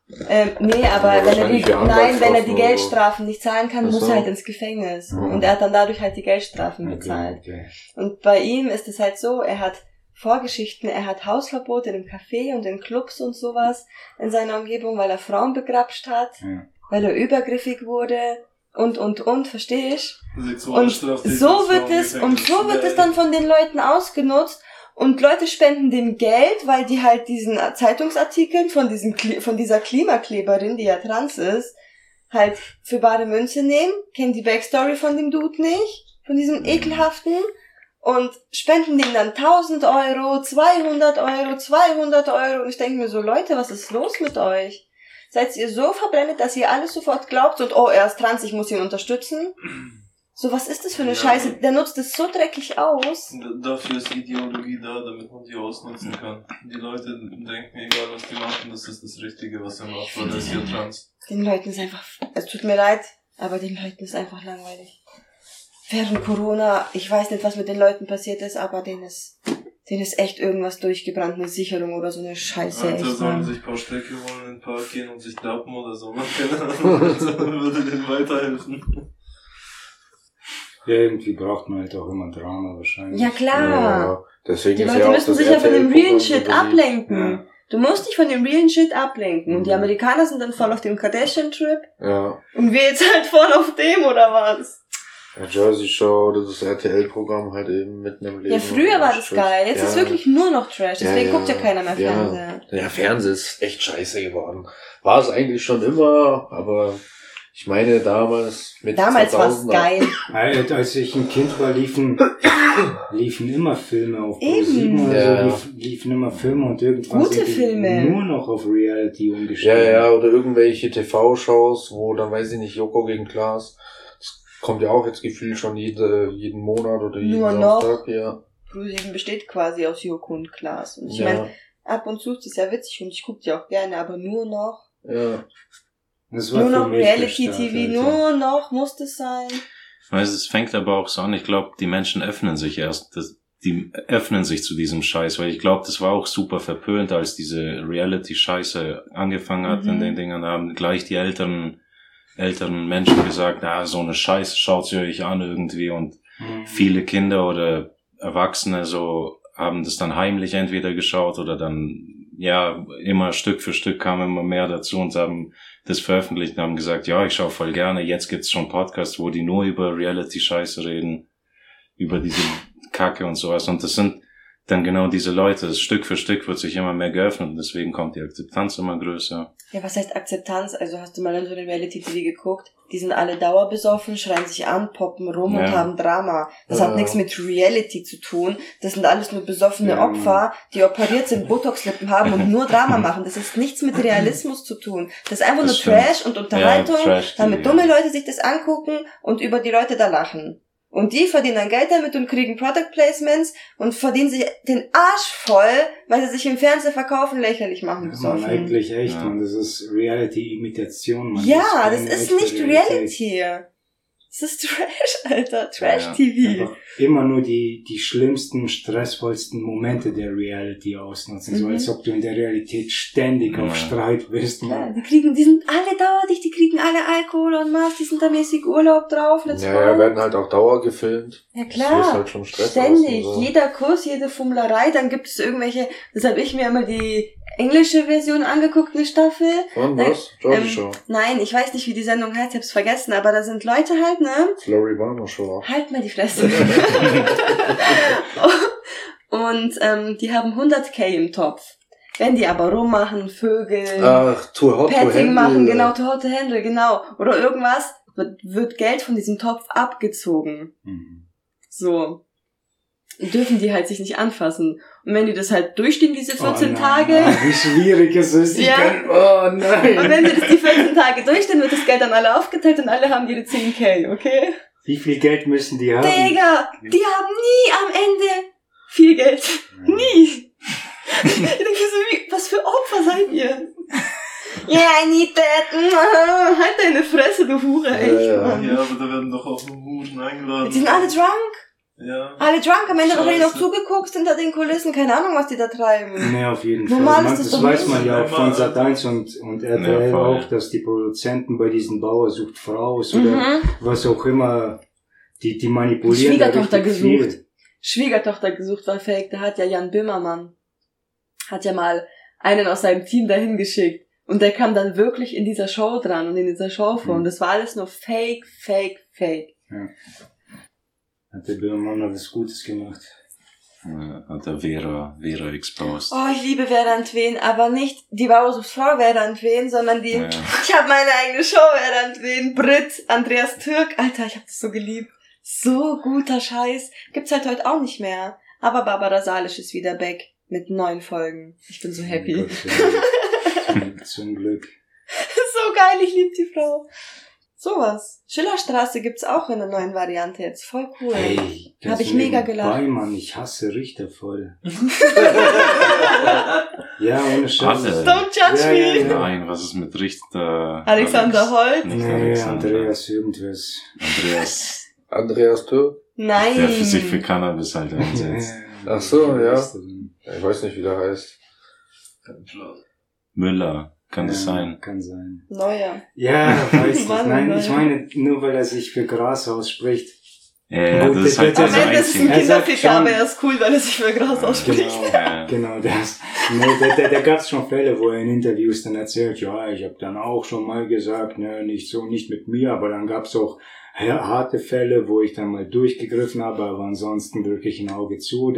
Nee, aber Ja, wenn er die Anwaltskosten Geldstrafen nicht zahlen kann, Ach muss so. er halt ins Gefängnis. Mhm. Und er hat dann dadurch halt die Geldstrafen bezahlt. Okay. Und bei ihm ist es halt so, er hat Vorgeschichten, er hat Hausverbote im Café und in Clubs und sowas in seiner Umgebung, weil er Frauen begrapscht hat, Ja. weil er übergriffig wurde und, versteh ich? Und so wird es dann von den Leuten ausgenutzt und Leute spenden dem Geld, weil die halt diesen Zeitungsartikeln von dieser Klimakleberin, die ja trans ist, halt für bare Münze nehmen, kennen die Backstory von dem Dude nicht, von diesem ekelhaften, und spenden dem dann 1.000 Euro, 200 Euro, 200 Euro, und ich denke mir so, Leute, was ist los mit euch? Seid ihr so verblendet, dass ihr alles sofort glaubt und, oh, er ist trans, ich muss ihn unterstützen? So, was ist das für eine Scheiße? Der nutzt es so dreckig aus. Dafür ist Ideologie da, damit man die ausnutzen kann. Die Leute denken, egal was die machen, das ist das Richtige, was er macht, weil er ist ja trans. Den Leuten ist einfach, es tut mir leid, aber den Leuten ist einfach langweilig. Während Corona, ich weiß nicht, was mit den Leuten passiert ist, aber denen ist echt irgendwas durchgebrannt, eine Sicherung oder so eine Scheiße. Alter, echt, sollen Mann. sich ein paar Strecke holen, in den Park gehen und sich dappen oder so, man keine Ahnung, das würde denen weiterhelfen. Ja, irgendwie braucht man halt auch immer Drama wahrscheinlich. Ja, klar. Ja, deswegen Die ist Leute ja auch müssen das sich ja von dem realen RTL-Programm Shit so beliebt. ablenken. Ja. Du musst dich von dem realen Shit ablenken. Und die Amerikaner sind dann voll auf dem Kardashian-Trip. Ja. Und wir jetzt halt voll auf dem, oder was? Ja, Jersey Show, das ist RTL-Programm halt eben mitten im Leben. Ja, früher war das geil. Jetzt ist wirklich nur noch Trash. Deswegen guckt ja keiner mehr Fernsehen. Ja, Fernsehen ist echt scheiße geworden. War es eigentlich schon immer, aber ich meine damals mit Damals war es 2000er. geil. Als ich ein Kind war, liefen immer Filme auf Eben. ProSieben oder Ja. so, liefen immer Filme und irgendwann Gute sind die Filme. nur noch auf Reality umgestiegen. Ja, oder irgendwelche TV-Shows, wo dann weiß ich nicht, Joko gegen Klaas. Das kommt ja auch jetzt gefühlt schon jeden Monat oder jeden Nur noch. Samstag, ja. ProSieben besteht quasi aus Joko und Klaas. Und ich Ja, meine, ab und zu ist es ja witzig und ich gucke die auch gerne, aber nur noch. ja. Das war Nur für noch mich der Reality-TV, Start, Alter. nur noch muss das sein. Weißt, es fängt aber auch so an, ich glaube, die Menschen öffnen sich die öffnen sich zu diesem Scheiß, weil ich glaube, das war auch super verpönt, als diese Reality-Scheiße angefangen hat in den Dingern, da haben gleich die älteren Menschen gesagt, so eine Scheiße schaut sie euch an irgendwie, und viele Kinder oder Erwachsene so haben das dann heimlich entweder geschaut oder dann, ja, immer Stück für Stück kam immer mehr dazu und haben das veröffentlicht und haben gesagt, ja, ich schaue voll gerne, jetzt gibt's schon Podcasts, wo die nur über Reality-Scheiße reden, über diese Kacke und sowas, und das sind dann genau diese Leute, Stück für Stück wird sich immer mehr geöffnet und deswegen kommt die Akzeptanz immer größer. Ja, was heißt Akzeptanz? Also hast du mal in so eine Reality-TV geguckt? Die sind alle dauerbesoffen, schreien sich an, poppen rum und Ja. haben Drama. Das Ja. hat nichts mit Reality zu tun. Das sind alles nur besoffene Ja. Opfer, die operiert sind, Botox-Lippen haben und nur Drama machen. Das ist nichts mit Realismus zu tun. Das ist einfach Das nur stimmt. Trash und Unterhaltung, Ja, Trash, damit ja. dumme Leute sich das angucken und über die Leute da lachen. Und die verdienen dann Geld damit und kriegen Product Placements und verdienen sich den Arsch voll, weil sie sich im Fernsehen verkaufen, lächerlich machen Man, besoffen. eigentlich echt, Ja. man, das ist Reality-Imitation, man. Ja, das keine ist echte nicht Realität. Reality. Das ist Trash, Alter. Ja. Trash-TV. Einfach immer nur die schlimmsten, stressvollsten Momente der Reality ausnutzen, so als ob du in der Realität ständig auf Ja. Streit bist, Ja, man. die sind alle dauerdicht, die kriegen alle Alkohol und Mars, die sind da mäßig Urlaub drauf, let's go. Ja, werden halt auch Dauer gefilmt. Ja, Das klar. löst halt schon Stress Ständig. aus und so. Jeder Kuss, jede Fummlerei, dann gibt es irgendwelche, das habe ich mir immer die englische Version angeguckt, eine Staffel. Und was? Georgie Show. Nein, ich weiß nicht, wie die Sendung heißt, ich hab's vergessen, aber da sind Leute halt, ne? Floribama Show. Halt mal die Fresse. Und die haben 100.000 im Topf. Wenn die aber rummachen, Vögeln, Ach, Too Hot to Petting machen, Handle. genau, Torte Händel, genau. Oder irgendwas, wird Geld von diesem Topf abgezogen. Mhm. So. Dürfen die halt sich nicht anfassen. Und wenn die das halt durchstehen, diese 14 nein, Tage, nein, wie schwierig es ist. Ja. Oh und nein. wenn die das die 14 Tage durchstehen, wird das Geld dann alle aufgeteilt und alle haben ihre 10.000, okay? Wie viel Geld müssen die haben? Digga, die haben nie am Ende viel Geld. Nie. Ich denke so, was für Opfer seid ihr? Yeah, I need that. Halt deine Fresse, du Hure, echt, Ja, ja. Mann. Ja, aber da werden doch auch nur Huren eingeladen. Die sind alle drunk. Ja. Alle drunk, am Ende Scheiße. wahrscheinlich noch zugeguckt hinter den Kulissen, keine Ahnung, was die da treiben. Nee, auf jeden Fall. Normal ist das Das doch weiß nicht. man ja auch von Normal. Sat.1 und RTL Ja, voll. auch, dass die Produzenten bei diesen Bauer sucht Fraus oder was auch immer, die manipulieren da Schwiegertochter richtig gesucht. viel. Schwiegertochter gesucht war fake, da hat ja Jan Böhmermann, hat ja mal einen aus seinem Team dahin geschickt. Und der kam dann wirklich in dieser Show dran und in dieser Show vor. Und das war alles nur fake. Ja. Hat der Böhmermann noch was Gutes gemacht. Hat der Vera exposed. Oh, ich liebe Vera Ntwen, aber nicht die Bauer sucht Frau Vera Ntwen, sondern die, Ja. ich habe meine eigene Show Vera Ntwen, Brit, Andreas Türk, Alter, ich habe das so geliebt. So guter Scheiß. Gibt's halt heute auch nicht mehr. Aber Barbara Salisch ist wieder back mit 9 Folgen. Ich bin so happy. Gott sei Dank. Zum Glück. So geil, ich liebe die Frau. Sowas. Schillerstraße gibt's auch in einer neuen Variante jetzt. Voll cool. Hey, Hab ich mega gelacht. Mann, ich hasse Richter voll. Ja, ohne Scheiß. Alle. Don't judge Ja, me. ja, ja. Nein, was ist mit Richter? Alexander Holt? Nicht Nee, Alexander. Andreas irgendwas. Andreas, Türk? Nein. der für sich für Cannabis halt einsetzt. Ach so, ja. Ich weiß nicht, wie der heißt. Kein Plan. Müller, kann das sein? Kann sein. Neuer. Ja, weiß ich. Mann, Nein, nein. ich meine, nur weil er sich für Gras ausspricht. Ja, Gut, das ist halt der- Am das Ende ist es ein Er sagt Kinderficker, schon- aber er ist cool, weil er sich für Gras ausspricht. Genau, Ja. genau, das. Nee, da gab's schon Fälle, wo er in Interviews dann erzählt, ja, ich habe dann auch schon mal gesagt, ne, nicht mit mir, aber dann gab's auch harte Fälle, wo ich dann mal durchgegriffen habe, aber ansonsten drücke ich ein Auge zu,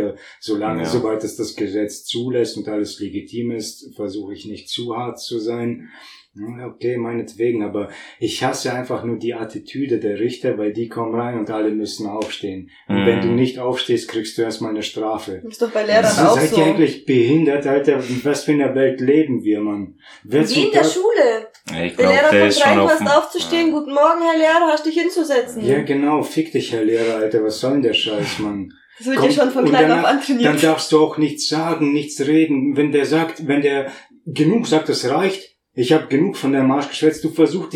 sobald es das Gesetz zulässt und alles legitim ist, versuche ich nicht zu hart zu sein. Okay, meinetwegen, aber ich hasse einfach nur die Attitüde der Richter, weil die kommen rein und alle müssen aufstehen. Und wenn du nicht aufstehst, kriegst du erstmal eine Strafe. Das ist doch bei Lehrern auch Seid so. ihr eigentlich behindert, Alter? In was für einer Welt leben wir, Mann? Wer Wie zum in der Teufel- Schule. Ich Der glaube, Lehrer der kommt ist rein, schon du auf hast aufzustehen. Guten Morgen, Herr Lehrer, hast dich hinzusetzen. Ja, genau, fick dich, Herr Lehrer, Alter, was soll denn der Scheiß, Mann? Das wird dir schon von und klein auf danach- antrainiert. Dann darfst du auch nichts sagen, nichts reden. Wenn der genug sagt, es reicht, ich habe genug von deinem Arsch geschwätzt, du versuchst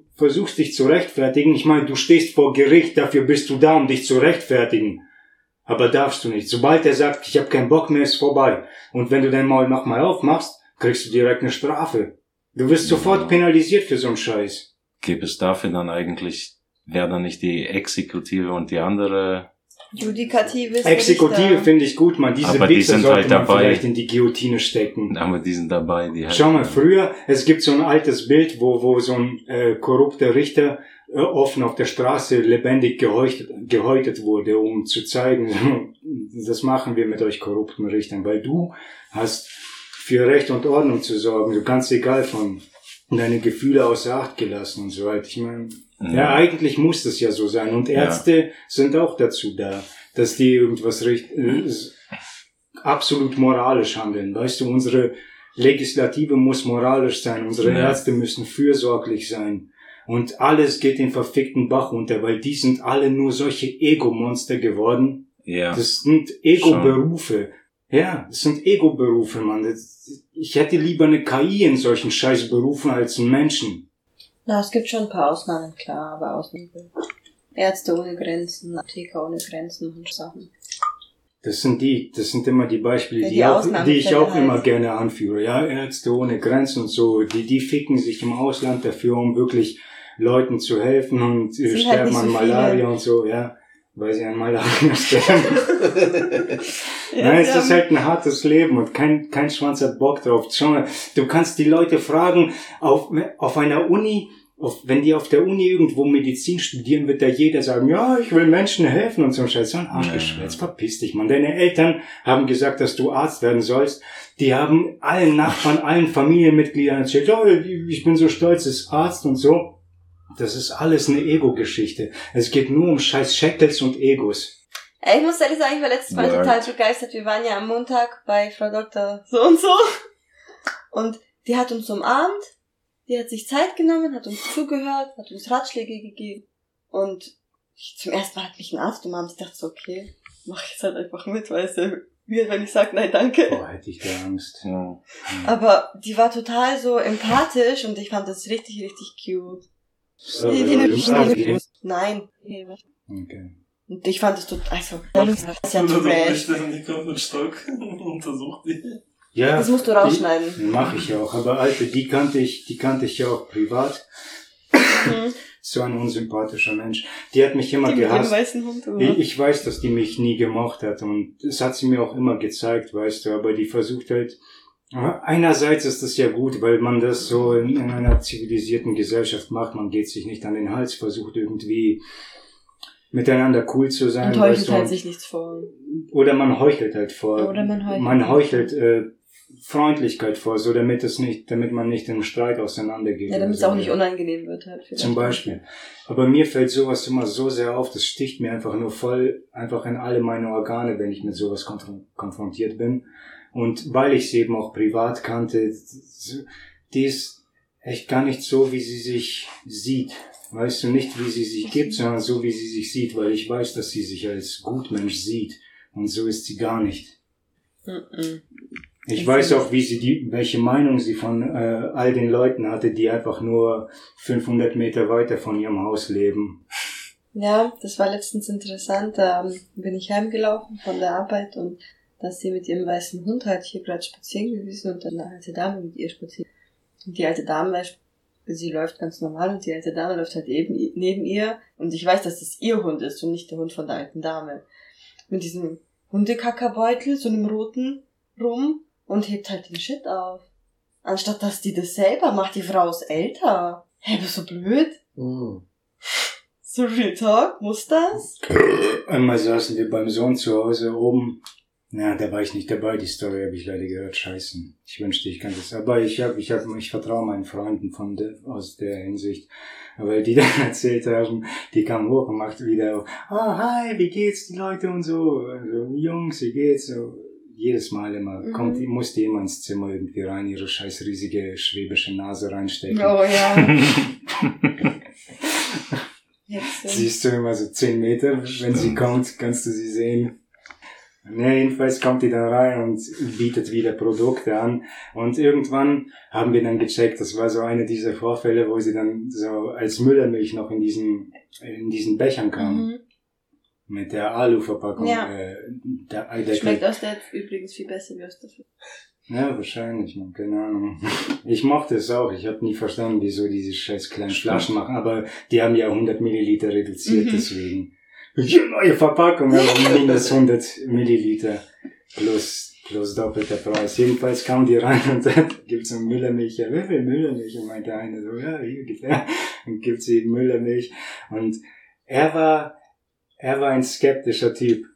dich zu rechtfertigen. Ich meine, du stehst vor Gericht, dafür bist du da, um dich zu rechtfertigen. Aber darfst du nicht. Sobald er sagt, ich habe keinen Bock mehr, ist vorbei. Und wenn du dein Maul nochmal aufmachst, kriegst du direkt eine Strafe. Du wirst sofort penalisiert für so einen Scheiß. Gäbe es dafür dann eigentlich, wäre dann nicht die Exekutive und die andere? Judikative ist Exekutive Richter. finde ich gut, man. Diese Aber die Wichser sind sollte halt man dabei. vielleicht in die Guillotine stecken. Aber die sind dabei, die halt. Schau mal, früher, es gibt so ein altes Bild, wo so ein korrupter Richter offen auf der Straße lebendig gehäutet wurde, um zu zeigen, das machen wir mit euch korrupten Richtern, weil du hast für Recht und Ordnung zu sorgen, du ganz egal von deine Gefühle außer Acht gelassen und so weiter. Ich meine, ja, eigentlich muss das ja so sein. Und Ärzte sind auch dazu da, dass die irgendwas absolut moralisch handeln. Weißt du, unsere Legislative muss moralisch sein, unsere Ärzte müssen fürsorglich sein. Und alles geht den verfickten Bach runter, weil die sind alle nur solche Ego-Monster geworden. Ja. Das sind Ego-Berufe. Ja, das sind Ego-Berufe, Mann. Ich hätte lieber eine KI in solchen Scheißberufen als einen Menschen. Na, es gibt schon ein paar Ausnahmen, klar, aber Ausnahmen. Ärzte ohne Grenzen, Apotheker ohne Grenzen und Sachen. Das sind immer die Beispiele, Ja, die die Ausnahmefälle ich auch halt. immer gerne anführe. Ja, Ärzte ohne Grenzen und so, die ficken sich im Ausland dafür, um wirklich Leuten zu helfen und Sind halt sterben nicht an so Malaria viele. und so, ja, weil sie an Malaria sterben. Ja, Nein, sie es ist haben- halt ein hartes Leben und kein Schwanz hat Bock drauf. Schau mal, du kannst die Leute fragen, auf einer Uni, wenn die auf der Uni irgendwo Medizin studieren, wird da jeder sagen, ja, ich will Menschen helfen und so ein Scheiß. So ein Arschgeschwätz, verpiss dich, Mann. Deine Eltern haben gesagt, dass du Arzt werden sollst. Die haben allen Nachbarn, allen Familienmitgliedern erzählt, oh, ich bin so stolz, ist Arzt und so. Das ist alles eine Ego-Geschichte. Es geht nur um scheiß Shackles und Egos. Ey, ich muss ehrlich sagen, ich war letztes Mal Word. total begeistert. Wir waren ja am Montag bei Frau Dr. so und so. Und die hat uns umarmt, die hat sich Zeit genommen, hat uns zugehört, hat uns Ratschläge gegeben. Und zum ersten Mal hat mich ein Arzt umarmt. Ich dachte so, okay, mach ich jetzt halt einfach mit, weißt du, wie wenn ich sage, nein, danke. Boah, hätte ich da Angst. Ja. Aber die war total so empathisch und ich fand das richtig, richtig cute. Nein. Okay. Und ich fand es total, das ist ja trash. Die kommt mit Stock und untersucht die. Ja. Das musst du rausschneiden. Mache ich auch. Aber Alter, die kannte ich ja auch privat. So ein unsympathischer Mensch. Die hat mich immer die gehasst. Mit dem weißen Hund, oder? Ich weiß, dass die mich nie gemocht hat und das hat sie mir auch immer gezeigt, weißt du, aber die versucht halt, einerseits ist das ja gut, weil man das so in einer zivilisierten Gesellschaft macht, man geht sich nicht an den Hals, versucht irgendwie miteinander cool zu sein. Und heuchelt weißt du, halt sich nichts vor. Oder man heuchelt halt vor. Oder man heuchelt Freundlichkeit vor, so damit man nicht im Streit auseinandergeht. Ja, damit es auch nicht unangenehm wird halt. Zum Beispiel. Aber mir fällt sowas immer so sehr auf, das sticht mir einfach nur voll, einfach in alle meine Organe, wenn ich mit sowas konfrontiert bin. Und weil ich sie eben auch privat kannte, die ist echt gar nicht so, wie sie sich sieht. Weißt du, nicht wie sie sich gibt, sondern so, wie sie sich sieht, weil ich weiß, dass sie sich als Gutmensch sieht. Und so ist sie gar nicht. Ich weiß auch, welche Meinung sie von all den Leuten hatte, die einfach nur 500 Meter weiter von ihrem Haus leben. Ja, das war letztens interessant. Da bin ich heimgelaufen von der Arbeit und da ist sie mit ihrem weißen Hund halt hier gerade spazieren gewesen und dann eine alte Dame mit ihr spazieren. Und die alte Dame, sie läuft ganz normal und die alte Dame läuft halt eben neben ihr und ich weiß, dass das ihr Hund ist und nicht der Hund von der alten Dame. Mit diesem Hundekackerbeutel, so einem roten, rum und hebt halt den Shit auf. Anstatt dass die das selber macht, die Frau ist älter. Hey, bist du blöd? So Real Talk, muss das? Einmal saßen wir beim Sohn zu Hause oben. Na, da war ich nicht dabei, die Story habe ich leider gehört, scheiße. Ich wünschte, ich kann das. Aber ich vertraue meinen Freunden aus der Hinsicht. Weil die dann erzählt haben, die kamen hoch und macht wieder, hi, wie geht's die Leute und so. Also, Jungs, wie geht's? So, jedes Mal immer, muss die immer ins Zimmer irgendwie rein, ihre scheiß riesige schwäbische Nase reinstecken. Oh ja. Siehst du immer so 10 Meter, wenn sie kommt, kannst du sie sehen. Ja, jedenfalls kommt die da rein und bietet wieder Produkte an. Und irgendwann haben wir dann gecheckt, das war so eine dieser Vorfälle, wo sie dann so als Müllermilch noch in diesen Bechern kam. Mit der Aluverpackung. Ja. Schmeckt aus der übrigens viel besser wie aus der Flasche. Ja, wahrscheinlich, man, keine Ahnung. Ich mochte es auch. Ich habe nie verstanden, wieso diese scheiß kleinen Flaschen machen. Aber die haben ja 100 Milliliter reduziert, deswegen. Hier neue Verpackung, aber minus 100 Milliliter plus doppelter Preis. Jedenfalls kam die rein und dann gibt's so Müllermilch. Ja, wie viel Müllermilch? Und meinte eine so, ja, hier gibt's ja. Und gibt's eben Müllermilch. Und er war ein skeptischer Typ.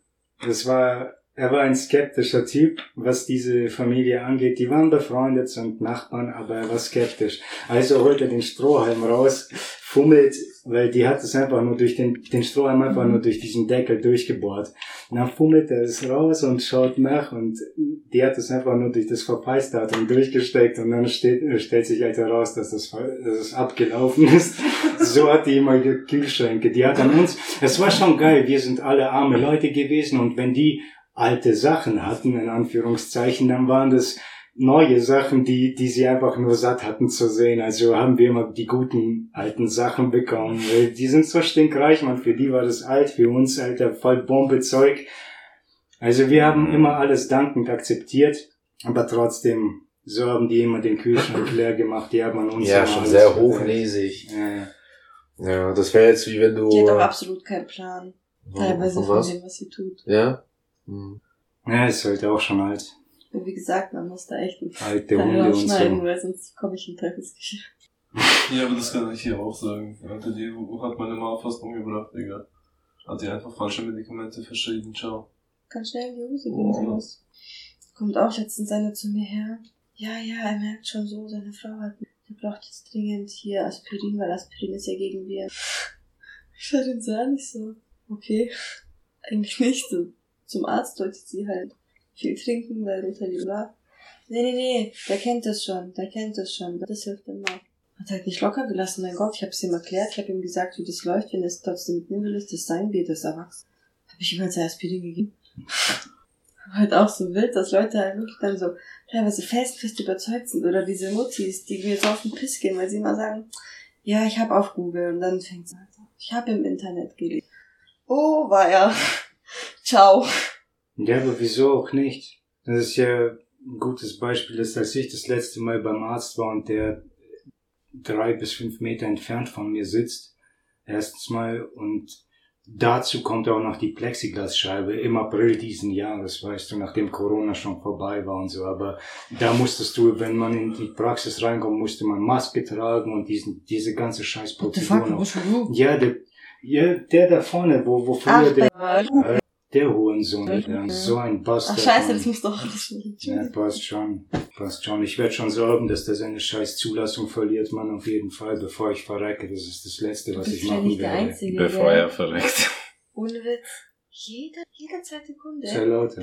Er war ein skeptischer Typ, was diese Familie angeht. Die waren befreundet, sind Nachbarn, aber er war skeptisch. Also holt er den Strohhalm raus, fummelt, weil die hat es einfach nur durch den Strohhalm einfach nur durch diesen Deckel durchgebohrt. Und dann fummelt er es raus und schaut nach und die hat es einfach nur durch das Verpeilsdatum durchgesteckt und dann stellt sich halt heraus, dass es abgelaufen ist. So hat die immer die Kühlschränke. Die hat an uns, es war schon geil, wir sind alle arme Leute gewesen und wenn die alte Sachen hatten, in Anführungszeichen, dann waren das neue Sachen, die sie einfach nur satt hatten zu sehen. Also haben wir immer die guten alten Sachen bekommen. Weil die sind so stinkreich, man, für die war das alt, für uns, Alter, voll Bombezeug. Also wir haben immer alles dankend akzeptiert, aber trotzdem, so haben die immer den Kühlschrank leer gemacht, die haben an uns... Ja, schon sehr hochnäsig. Ja, das wäre jetzt wie wenn du... Die hat auch absolut keinen Plan. Teilweise von dem, was sie tut. Ja? Ja, ist halt auch schon alt. Wie gesagt, man muss da echt alte Hunde und schneiden, so. weil sonst komme ich in Teufelsgeschirr. Ja, aber das kann ich hier auch sagen. Alter, die hat meine Mama fast umgebracht, Digga. Hat die einfach falsche Medikamente verschrieben, ciao. Kann schnell in die Hose gehen, sowas. Kommt auch letztens einer zu mir her. Ja, er merkt schon so, seine Frau der braucht jetzt dringend hier Aspirin, weil Aspirin ist ja gegen Viren. Ich schaue den so an, nicht so. Okay, eigentlich nicht so. Zum Arzt sollte sie halt viel trinken, weil Rotalibra. Nee, der kennt das schon. Das hilft immer. Hat halt nicht locker gelassen, mein Gott, ich hab's ihm erklärt, ich hab ihm gesagt, wie das läuft, wenn er es trotzdem mitnehmen will, ist das sein Bier, das erwachsen. Hab ich ihm halt sein Aspirin gegeben. Halt auch so wild, dass Leute halt wirklich dann so teilweise fest überzeugt sind, oder diese Muttis, die mir so auf den Piss gehen, weil sie immer sagen, ja, ich hab auf Google, und dann fängt's an, ich hab im Internet gelesen. Oh, war ja. Ciao. Ja, aber wieso auch nicht? Das ist ja ein gutes Beispiel, dass als ich das letzte Mal beim Arzt war und der 3 bis 5 Meter entfernt von mir sitzt, erstens mal, und dazu kommt auch noch die Plexiglasscheibe im April diesen Jahres, weißt du, nachdem Corona schon vorbei war und so, aber da musstest du, wenn man in die Praxis reinkommt, musste man Maske tragen und diese ganze Scheißprozedur noch. Ja, der da vorne, wo früher der Hurensohn, der so ein Bastard. Ach scheiße, das muss doch alles nicht. Ja, passt schon. Ich werde schon sorgen, dass der seine scheiß Zulassung verliert, man, auf jeden Fall, bevor ich verrecke. Das ist das Letzte, was ich machen nicht der werde. Einzige, Bevor er verreckt. Ohne Witz. Jeder zweite Kunde, Sehr Leute.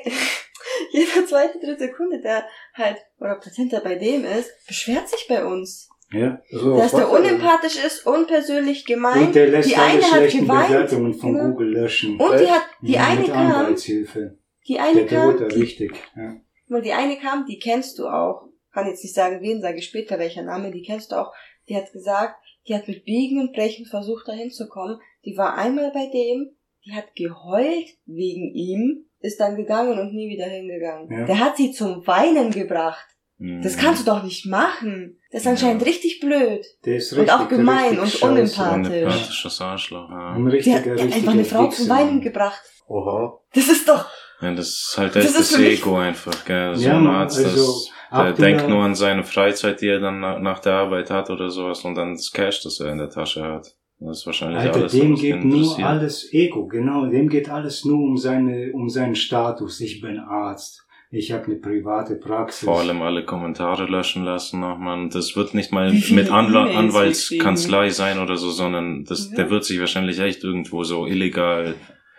jeder zweite, dritte Kunde, der halt, oder Patient, der bei dem ist, beschwert sich bei uns. Ja. So, Dass der unempathisch ist, unpersönlich gemein. Und der lässt die alle eine hat schlechten geweint. Bewertungen von Genau. Google löschen. Und die eine mit kam, Anwaltshilfe. die eine Der kam, droht da richtig. Ja. weil die eine kam, die kennst du auch. Kann jetzt nicht sagen, wen, sage ich später welcher Name, die kennst du auch. Die hat gesagt, die hat mit Biegen und Brechen versucht, da hinzukommen. Die war einmal bei dem, die hat geheult wegen ihm, ist dann gegangen und nie wieder hingegangen. Ja. Der hat sie zum Weinen gebracht. Mhm. Das kannst du doch nicht machen. Das ist anscheinend richtig blöd. Der ist Und richtig, auch gemein richtig und scheiße. unempathisch. Unempathisches Arschloch, ja. Ein Die richtiger, hat richtiger einfach eine Frau zum Wichser. Weinen gebracht. Oha. Das ist doch... Ja, das ist halt Das echt ist das für mich- Ego einfach, gell. So Ja, ein man, Arzt, also, der ab denkt der- nur an seine Freizeit, die er dann nach der Arbeit hat oder sowas und dann das Cash, das er in der Tasche hat. Das ist wahrscheinlich Alter, alles, dem was ihn geht nur interessiert. alles Ego, genau, dem geht alles nur um seinen Status. Ich bin Arzt. Ich habe eine private Praxis. Vor allem alle Kommentare löschen lassen noch, man. Das wird nicht mal Wie viele mit E-Mails Anwaltskanzlei sein oder so, sondern Ja. der wird sich wahrscheinlich echt irgendwo so illegalen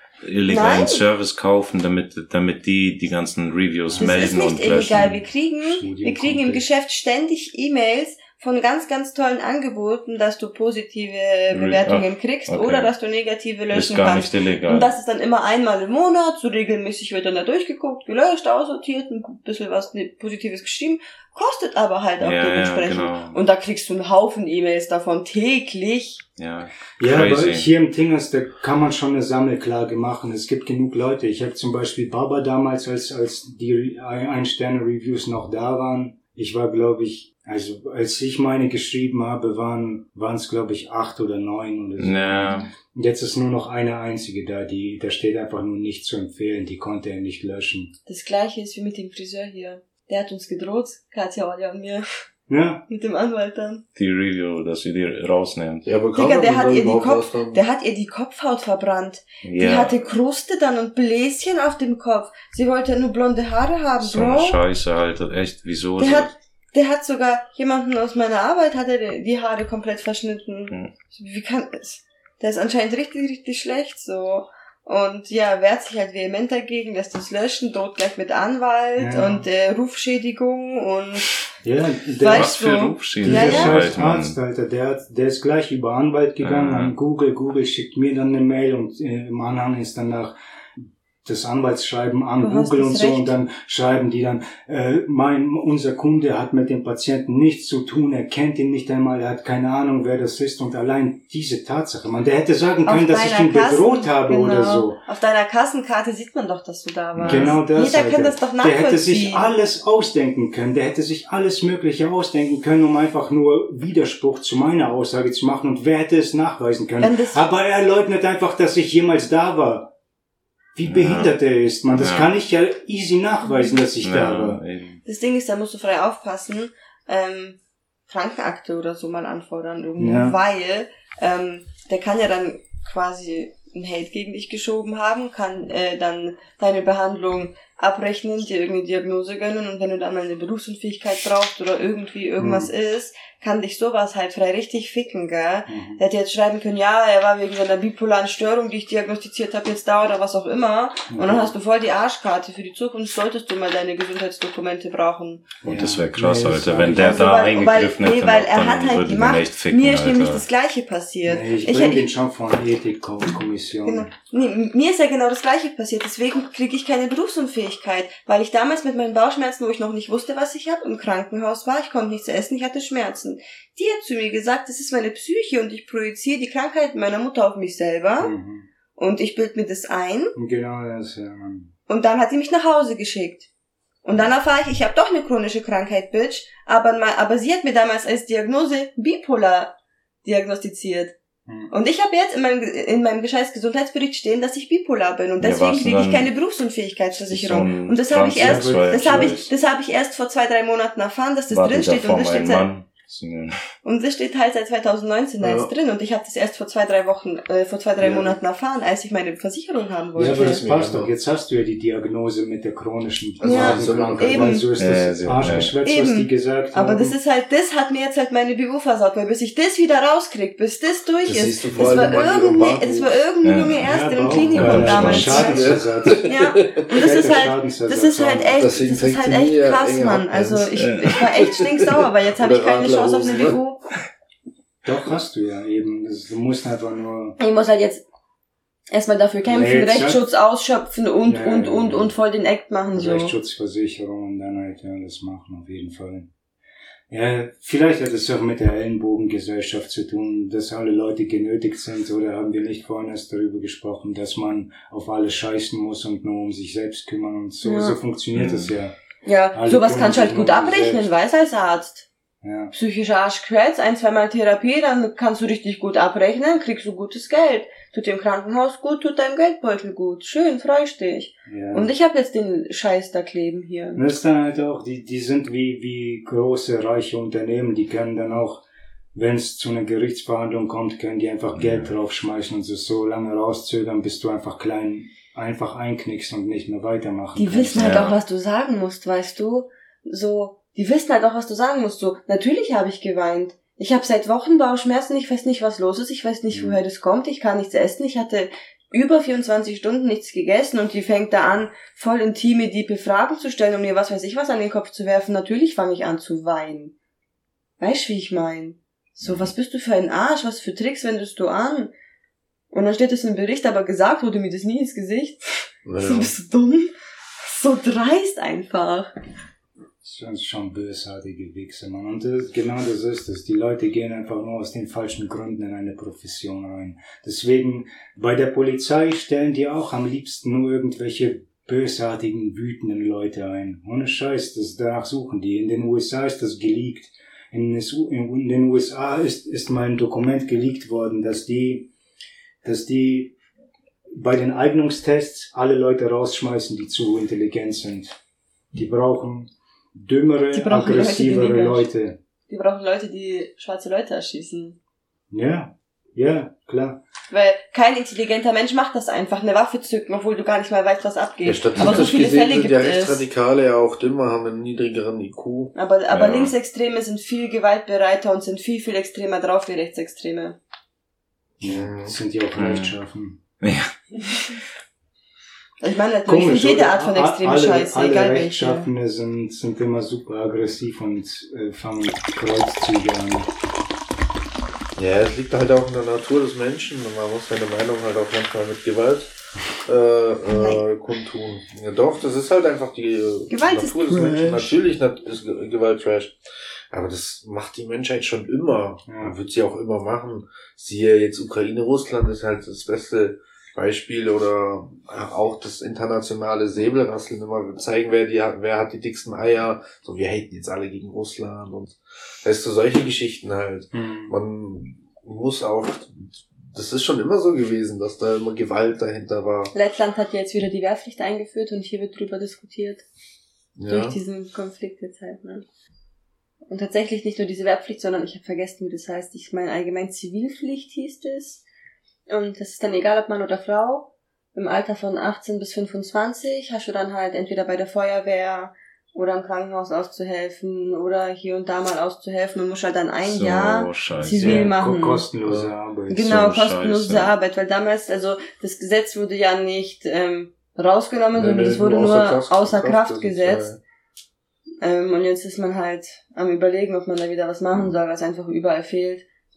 Nein. Service kaufen, damit die ganzen Reviews Das melden ist nicht und löschen. illegal. Wir kriegen im Geschäft ständig E-Mails von ganz, ganz tollen Angeboten, dass du positive Bewertungen kriegst okay. oder dass du negative löschen Ist gar kannst. nicht illegal. Und das ist dann immer einmal im Monat, so regelmäßig wird dann da durchgeguckt, gelöscht, aussortiert, ein bisschen was Positives geschrieben, kostet aber halt auch Ja, dementsprechend. genau. Und da kriegst du einen Haufen E-Mails davon täglich. Ja, Ja, aber crazy. hier im Tingers, da kann man schon eine Sammelklage machen. Es gibt genug Leute. Ich habe zum Beispiel Baba damals, als die Ein-Sterne-Reviews noch da waren. Ich war, glaube ich, also als ich meine geschrieben habe, waren es, glaube ich, 8 oder 9 oder so. Ja. Und jetzt ist nur noch eine einzige da, da steht einfach nur nicht zu empfehlen. Die konnte er nicht löschen. Das gleiche ist wie mit dem Friseur hier. Der hat uns gedroht, Katja, Olja und mir, Ja, mit dem Anwalt dann. Die Review, dass sie die rausnimmt. Ja, aber kann Digga, man der denn hat da ihr die überhaupt Kopf, was dann- der hat ihr die Kopfhaut verbrannt. Die Ja, hatte Kruste dann und Bläschen auf dem Kopf. Sie wollte nur blonde Haare haben, so eine Bro. Scheiße, Alter. Echt, wieso? Der hat sogar jemanden aus meiner Arbeit, hat er die Haare komplett verschnitten. Hm. Wie kann es? Der ist anscheinend richtig, richtig schlecht, so. Und ja, wehrt sich halt vehement dagegen, lässt das löschen, droht gleich mit Anwalt Ja. und Rufschädigung und ja, Weißt Was für du? Rufschädigung, Ja, dieser ja. scheiß halt, Mann. Arzt, Alter, der ist gleich über Anwalt gegangen Mhm. an Google. Google schickt mir dann eine Mail und im Anhang ist danach das Anwaltsschreiben an Du hast Google und das so Recht. und dann schreiben die dann, unser Kunde hat mit dem Patienten nichts zu tun, er kennt ihn nicht einmal, er hat keine Ahnung, wer das ist und allein diese Tatsache, man, der hätte sagen können, dass ich ihn bedroht habe oder so. Auf deiner Kassenkarte sieht man doch, dass du da warst. Genau das. Jeder Alter. kann das doch Der nachvollziehen. hätte sich alles ausdenken können. Der hätte sich alles Mögliche ausdenken können, um einfach nur Widerspruch zu meiner Aussage zu machen. Und wer hätte es nachweisen können? Wenn das- Aber er leugnet einfach, dass ich jemals da war. Wie behindert er ist, man. Das Ja. kann ich ja easy nachweisen, dass ich da war. eben. Das Ding ist, da musst du frei aufpassen, Krankenakte oder so mal anfordern irgendwie, Ja. weil der kann ja dann quasi ein Hate gegen dich geschoben haben, kann dann deine Behandlung abrechnen, dir irgendeine Diagnose gönnen und wenn du dann mal eine Berufsunfähigkeit brauchst oder irgendwie irgendwas ist, kann dich sowas halt frei richtig ficken, gell? Der hätte jetzt schreiben können, ja, er war wegen seiner bipolaren Störung, die ich diagnostiziert habe, jetzt da oder was auch immer. Und dann hast du voll die Arschkarte. Für die Zukunft solltest du mal deine Gesundheitsdokumente brauchen. Und das wäre krass, Nee, Alter. das Wenn der Also, da weil eingegriffen hätte, weil er dann hat halt würde den gemacht, echt ficken, mir ist nämlich Alter. das Gleiche passiert. Nee, ich Ich- bring den schon von Ethikkommission. Genau. Nee, mir ist ja genau das Gleiche passiert. Deswegen kriege ich keine Berufsunfähigkeit, weil ich damals mit meinen Bauchschmerzen, wo ich noch nicht wusste, was ich habe, im Krankenhaus war, ich konnte nichts essen, ich hatte Schmerzen. Die hat zu mir gesagt, das ist meine Psyche und ich projiziere die Krankheit meiner Mutter auf mich selber. Mhm. und ich bild mir das ein. Genau das, ja. Und dann hat sie mich nach Hause geschickt. Und dann erfahre ich habe doch eine chronische Krankheit, Bitch. Aber sie hat mir damals als Diagnose bipolar diagnostiziert. Und ich habe jetzt in meinem gescheiß Gesundheitsbericht stehen, dass ich bipolar bin. Und deswegen kriege ich keine Berufsunfähigkeitsversicherung. Und das habe ich erst vor 2-3 Monaten erfahren, dass das drin steht. Und das steht halt seit 2019 da jetzt drin. Und ich habe das erst vor 2-3 Monaten erfahren, als ich meine Versicherung haben wollte. Ja, aber das passt doch. Jetzt hast du ja die Diagnose mit der chronischen Krankheit. Weil so ist das Arschgeschwätz, was die gesagt haben. Aber das hat mir jetzt halt meine BU versaut, weil bis ich das wieder rauskrieg, bis das durch ist, das war irgendeine junge Ärztin im Klinikum damals. Ja, und das ist halt echt krass, Mann. Also ich war echt stinksauer, weil jetzt habe ich keine Chance auf eine BU. Doch, hast du ja eben. Du musst einfach nur... Ich muss halt jetzt erstmal dafür kämpfen, Rechtsschutz ausschöpfen und voll den Act machen. So. Rechtsschutzversicherung und dann halt das machen, auf jeden Fall. Ja, vielleicht hat es auch mit der Ellenbogengesellschaft zu tun, dass alle Leute genötigt sind, oder haben wir nicht vorhin erst darüber gesprochen, dass man auf alles scheißen muss und nur um sich selbst kümmern und so. Ja. So funktioniert das ja. Ja, alle sowas kannst du halt gut abrechnen, weißt als Arzt. Ja. Psychischer Arschquetz, 1-2 Mal Therapie, dann kannst du richtig gut abrechnen, kriegst du gutes Geld. Tut dir im Krankenhaus gut, tut deinem Geldbeutel gut. Schön, freust dich. Ja. Und ich habe jetzt den Scheiß da kleben hier. Das ist dann halt auch, die sind wie große, reiche Unternehmen, die können dann auch, wenn es zu einer Gerichtsverhandlung kommt, können die einfach Geld draufschmeißen und so lange rauszögern, bis du einfach einknickst und nicht mehr weitermachen kannst. Die wissen halt auch, was du sagen musst, weißt du? So, die wissen halt auch, was du sagen musst. So, natürlich habe ich geweint. Ich habe seit Wochen Bauchschmerzen, ich weiß nicht, was los ist, ich weiß nicht, woher das kommt, ich kann nichts essen, ich hatte über 24 Stunden nichts gegessen und die fängt da an, voll intime, diepe Fragen zu stellen, um mir was weiß ich was an den Kopf zu werfen. Natürlich fange ich an zu weinen. Weißt du, wie ich mein? So, was bist du für ein Arsch, was für Tricks wendest du an? Und dann steht es im Bericht, aber gesagt wurde mir das nie ins Gesicht. Ja. So, bist du dumm? So dreist einfach. Das ist schon bösartige Wichse, Mann. Und das ist es. Die Leute gehen einfach nur aus den falschen Gründen in eine Profession rein. Deswegen, bei der Polizei stellen die auch am liebsten nur irgendwelche bösartigen, wütenden Leute ein. Ohne Scheiß, danach suchen die. In den USA ist das geleakt. In den USA ist mal ein Dokument geleakt worden, dass die bei den Eignungstests alle Leute rausschmeißen, die zu intelligent sind. Die brauchen dümmere, aggressivere Leute. Die brauchen Leute, die schwarze Leute erschießen. Ja, klar. Weil kein intelligenter Mensch macht das einfach, eine Waffe zücken, obwohl du gar nicht mal weißt, was abgeht. Ja, statistisch aber so viele Fälle gibt es. Rechtsradikale ja auch dümmer, haben einen niedrigeren IQ. Aber Linksextreme sind viel gewaltbereiter und sind viel, viel extremer drauf wie Rechtsextreme. Ja, das sind ja auch rechtschaffen. Ja. Ich meine, natürlich nicht jede Art von extremen Scheiße, alle egal welche. Rechtschaffene sind immer super aggressiv und fangen Kreuzzüge an. Ja, es liegt halt auch in der Natur des Menschen und man muss seine Meinung halt auch manchmal mit Gewalt kundtun. Ja doch, das ist halt einfach die Natur des Menschen. Natürlich ist Gewalt Trash. Aber das macht die Menschheit schon immer. Ja. Wird sie auch immer machen. Siehe jetzt Ukraine, Russland ist halt das beste Beispiel oder auch das internationale Säbelrasseln immer zeigen, wer hat die dicksten Eier. So, wir haten jetzt alle gegen Russland und weißt du, solche Geschichten halt. Man muss auch, das ist schon immer so gewesen, dass da immer Gewalt dahinter war. Lettland hat jetzt wieder die Wehrpflicht eingeführt und hier wird drüber diskutiert. Ja. Durch diesen Konflikt jetzt halt, ne? Und tatsächlich nicht nur diese Wehrpflicht, sondern ich habe vergessen, wie das heißt. Ich meine, allgemein Zivilpflicht hieß es. Und das ist dann egal, ob Mann oder Frau. Im Alter von 18 bis 25 hast du dann halt entweder bei der Feuerwehr oder im Krankenhaus auszuhelfen oder hier und da mal auszuhelfen und musst halt dann ein Jahr zivil machen. Kostenlose Arbeit. Genau, kostenlose Arbeit, weil damals, also das Gesetz wurde ja nicht rausgenommen, sondern es wurde nur außer Kraft gesetzt. Und jetzt ist man halt am Überlegen, ob man da wieder was machen soll, was einfach überall fehlt.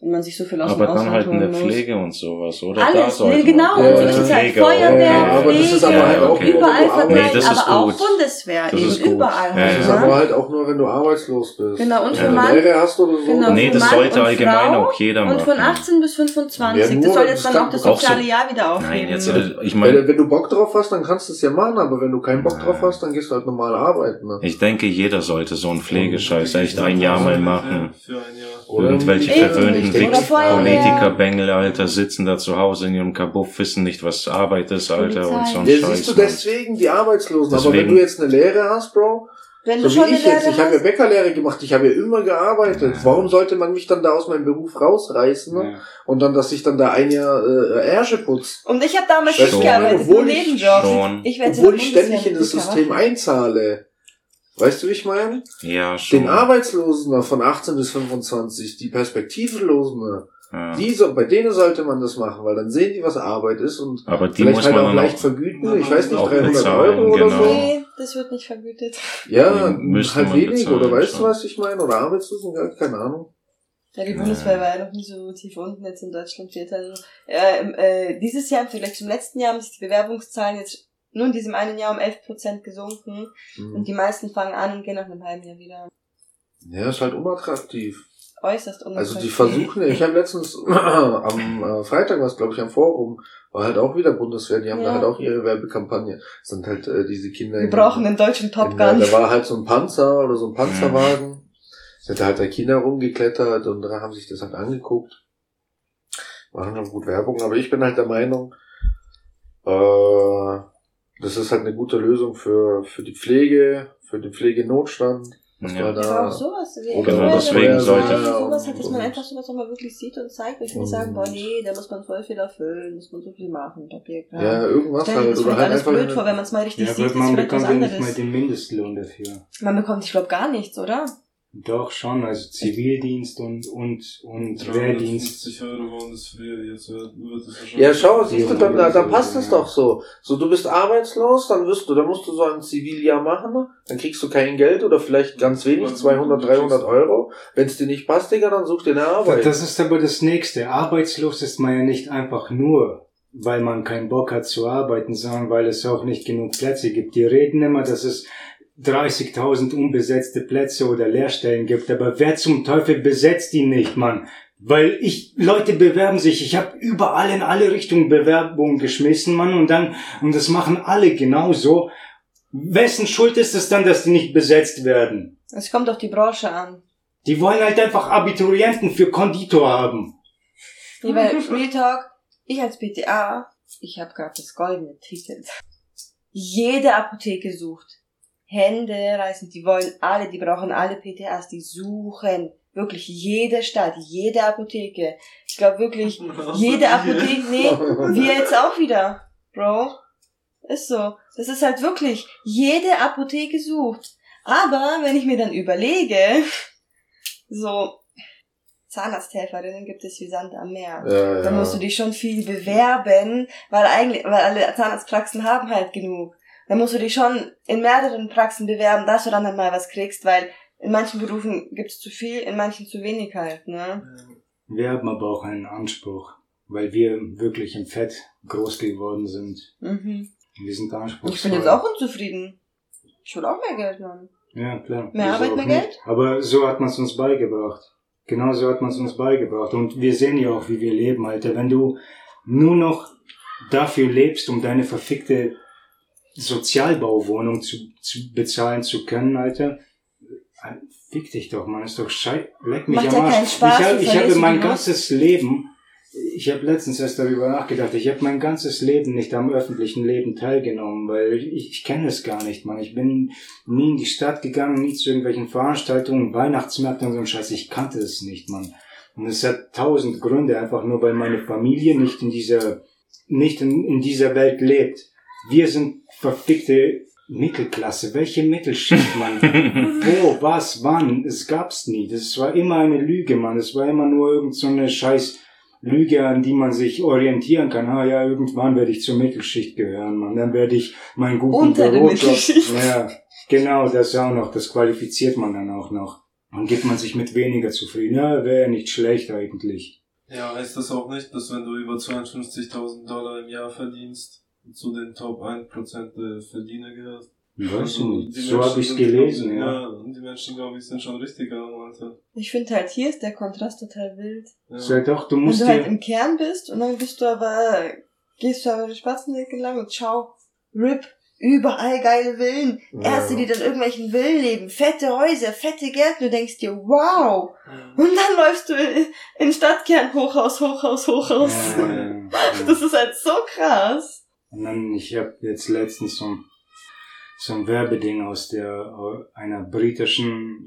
Und man sich so viel aus aber dem dann halt in der muss. Pflege und sowas, oder? Alles, da genau. Ja, das ist halt Feuerwehr, aber das ist aber halt auch überall verteilt, das ist aber auch gut. Bundeswehr, Das eben ist gut. überall. Ja, halt, Das ist ne? aber halt auch nur, wenn du arbeitslos bist. Genau, und für wenn du Mann. Lehre hast oder so. Genau, Nee, für das Mann sollte und allgemein Frau auch jeder machen. Und von 18 bis 25. Ja, nur, das soll jetzt das dann kann auch das auch soziale so- Jahr wieder aufnehmen. Nein, jetzt, ich meine, Wenn du Bock drauf hast, dann kannst du es ja machen, aber wenn du keinen Bock drauf hast, dann gehst du halt normal arbeiten. Ne? ich denke, jeder sollte so einen Pflegescheiß echt ein Jahr mal machen. Für ein Jahr. Oder Irgendwelche Eben. verwöhnten Oder Politikerbengel, Alter, sitzen da zu Hause in ihrem Kabuff, wissen nicht, was Arbeit ist, Alter, und so ein Ja, Scheiß. siehst du Mann. deswegen die Arbeitslosen. Aber Deswegen- wenn du jetzt eine Lehre hast, Bro, Wenn so du schon wie ich eine jetzt, Lehre ich habe ja hast, Bäckerlehre gemacht, ich habe ja immer gearbeitet. Warum sollte man mich dann da aus meinem Beruf rausreißen, ne? Ja. Und dann, dass ich dann da ein Jahr Ärsche putze? und ich habe damals Weißt nicht du, gearbeitet, obwohl nur ich Nebenjob. schon- Ich werde Obwohl ich ständig in das System einzahle. Weißt du, wie ich meine? Ja, schon. Den Arbeitslosen von 18 bis 25, die Perspektivlosen, Ja. bei denen sollte man das machen, weil dann sehen die, was Arbeit ist und Aber die vielleicht muss halt man auch dann leicht auch, vergüten. Ich weiß nicht, auch 300 bezahlen, Euro oder genau. so. Nee, das wird nicht vergütet. Ja, Die müsste halt man wenig, bezahlen, oder weißt du, schon. was ich meine? Oder Arbeitslosengeld, keine Ahnung. Ja, die Bundeswehr war ja noch nie so tief unten jetzt in Deutschland. Also, dieses Jahr im Vergleich zum letzten Jahr haben sich die Bewerbungszahlen jetzt nur in diesem einen Jahr um 11% gesunken. Mhm. Und die meisten fangen an und gehen nach einem halben Jahr wieder. Ja, ist halt unattraktiv. Äußerst Also die unattraktiv. versuchen, ich habe letztens am Freitag war es, glaube ich, am Forum, war halt auch wieder Bundeswehr, die haben Ja. da halt auch ihre Werbekampagne. Das sind halt diese Kinder. Wir brauchen einen deutschen Top Gun. Da war halt so ein Panzer oder so ein Panzerwagen. Sind da halt da Kinder rumgeklettert und da haben sich das halt angeguckt. Machen auch gut Werbung, aber ich bin halt der Meinung, das ist halt eine gute Lösung für die Pflege, für den Pflegenotstand. Ja. Ja, aber auch sowas. Genau, deswegen sollte- sowas halt, dass man einfach sowas auch mal wirklich sieht und zeigt. Und viele sagen, boah, nee, da muss man voll viel erfüllen, muss man so viel machen. Papierkram. Ja, irgendwas Stell dir halt. das Oder vielleicht halt alles einfach. blöd vor, wenn man es mal richtig Ja, sieht, aber ist man vielleicht was bekommt ja nicht mal anderes. den Mindestlohn dafür. Man bekommt, ich glaube, gar nichts, oder? Doch schon, also Zivildienst und Wehrdienst. 350 Euro waren das früher, jetzt wird es wahrscheinlich... Ja, schau, siehst du, dann passt es doch so. So, du bist arbeitslos, dann musst du so ein Ziviljahr machen, ne? Dann kriegst du kein Geld oder vielleicht ganz wenig, 200, 300 Euro. Wenn es dir nicht passt, Digga, dann such dir eine Arbeit. Das ist aber das Nächste. Arbeitslos ist man ja nicht einfach nur, weil man keinen Bock hat zu arbeiten, sondern weil es auch nicht genug Plätze gibt. Die reden immer, dass es 30.000 unbesetzte Plätze oder Lehrstellen gibt, aber wer zum Teufel besetzt die nicht, Mann? Weil Leute bewerben sich, ich habe überall in alle Richtungen Bewerbungen geschmissen, Mann, und das machen alle genauso. Wessen Schuld ist es dann, dass die nicht besetzt werden? Es kommt auf die Branche an. Die wollen halt einfach Abiturienten für Konditor haben. Lieber Real Talk, ich als PTA, ich habe gerade das goldene Ticket. Jede Apotheke sucht. Hände reißen, die brauchen alle PTAs, die suchen wirklich jede Stadt, jede Apotheke. Ich glaube wirklich, jede Apotheke, nee, wir jetzt auch wieder, Bro. Ist so. Das ist halt wirklich, jede Apotheke sucht. Aber wenn ich mir dann überlege, so Zahnarzthelferinnen gibt es wie Sand am Meer. Ja, Dann musst du dich schon viel bewerben, weil alle Zahnarztpraxen haben halt genug. Dann musst du dich schon in mehreren Praxen bewerben, dass du dann halt mal was kriegst, weil in manchen Berufen gibt's zu viel, in manchen zu wenig halt, ne? Wir haben aber auch einen Anspruch, weil wir wirklich im Fett groß geworden sind. Mhm. Wir sind anspruchsvoll. Ich bin jetzt auch unzufrieden. Ich will auch mehr Geld haben. Ja, klar. Mehr Wieso Arbeit, auch mehr nicht? Geld? Aber so hat man es uns beigebracht. Genau so hat man es uns beigebracht. Und wir sehen ja auch, wie wir leben, Alter. Wenn du nur noch dafür lebst, um deine verfickte Sozialbauwohnung zu bezahlen zu können, Alter, fick dich doch, man, ist doch leck mich Macht am ja Arsch. keinen Spaß, du Ich habe verlierst mein die Lust. ganzes Leben, ich habe letztens erst darüber nachgedacht, ich habe mein ganzes Leben nicht am öffentlichen Leben teilgenommen, weil ich kenne es gar nicht, Mann. Ich bin nie in die Stadt gegangen, nie zu irgendwelchen Veranstaltungen, Weihnachtsmärkten und so ein Scheiß. Ich kannte es nicht, Mann. Und es hat 1000 Gründe, einfach nur weil meine Familie nicht in dieser Welt lebt. Wir sind verfickte Mittelklasse. Welche Mittelschicht, Mann? Wo, was, wann? Es gab's nie. Das war immer eine Lüge, Mann. Es war immer nur irgend so eine scheiß Lüge, an die man sich orientieren kann. Ah ja, irgendwann werde ich zur Mittelschicht gehören, Mann. Dann werde ich meinen guten Unter der Bürojob. Mittelschicht. Ja, genau, das auch noch. Das qualifiziert man dann auch noch. Dann gibt man sich mit weniger zufrieden. Ja, wäre ja nicht schlecht eigentlich. Ja, heißt das auch nicht, dass wenn du über $52.000 im Jahr verdienst, zu den Top 1% der Verdiener gehörst? Weißt du nicht. So habe ich es gelesen, ja. Ja, und die Menschen, glaube ich, sind schon richtig arm, Alter. Ich finde halt, hier ist der Kontrast total wild. Ja. So, doch, du musst wenn du halt im Kern bist und dann gehst du aber die Spatzenweg entlang und schau, RIP, überall geile Villen. Erste, die dann irgendwelchen Villen leben, fette Häuser, fette Gärten, du denkst dir, wow. Und dann läufst du in Stadtkern, Hochhaus. Ja. Das ist halt so krass. Und dann, ich habe jetzt letztens so ein Werbeding aus einer britischen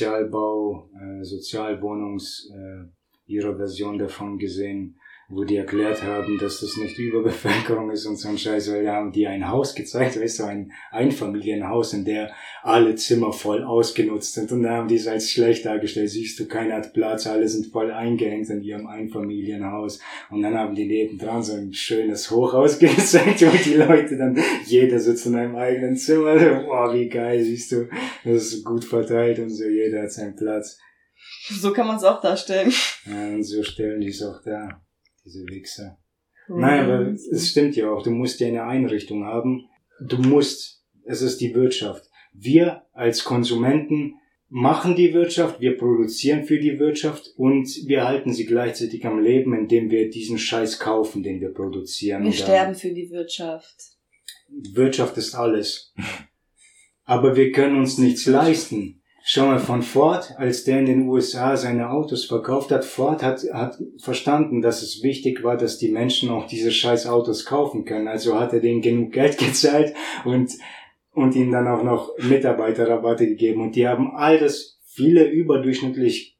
Sozialwohnungs, ihrer Version davon gesehen, wo die erklärt haben, dass das nicht Überbevölkerung ist und so ein Scheiß, weil da haben die ein Haus gezeigt, weißt du, ein Einfamilienhaus, in der alle Zimmer voll ausgenutzt sind, und da haben die es als schlecht dargestellt, siehst du, keiner hat Platz, alle sind voll eingehängt in ihrem Einfamilienhaus, und dann haben die nebendran so ein schönes Hochhaus gezeigt, wo die Leute dann, jeder sitzt in einem eigenen Zimmer, boah, wie geil, siehst du, das ist gut verteilt und so, jeder hat seinen Platz. So kann man es auch darstellen. Ja, und so stellen die es auch dar. Diese Wichser. Nein, aber es stimmt ja auch. Du musst ja eine Einrichtung haben. Es ist die Wirtschaft. Wir als Konsumenten machen die Wirtschaft, wir produzieren für die Wirtschaft und wir halten sie gleichzeitig am Leben, indem wir diesen Scheiß kaufen, den wir produzieren. Wir sterben für die Wirtschaft. Wirtschaft ist alles. Aber wir können uns nichts leisten. Schau mal, von Ford, als der in den USA seine Autos verkauft hat, Ford hat verstanden, dass es wichtig war, dass die Menschen auch diese scheiß Autos kaufen können. Also hat er denen genug Geld gezahlt und ihnen dann auch noch Mitarbeiterrabatte gegeben. Und die haben all das viele überdurchschnittliche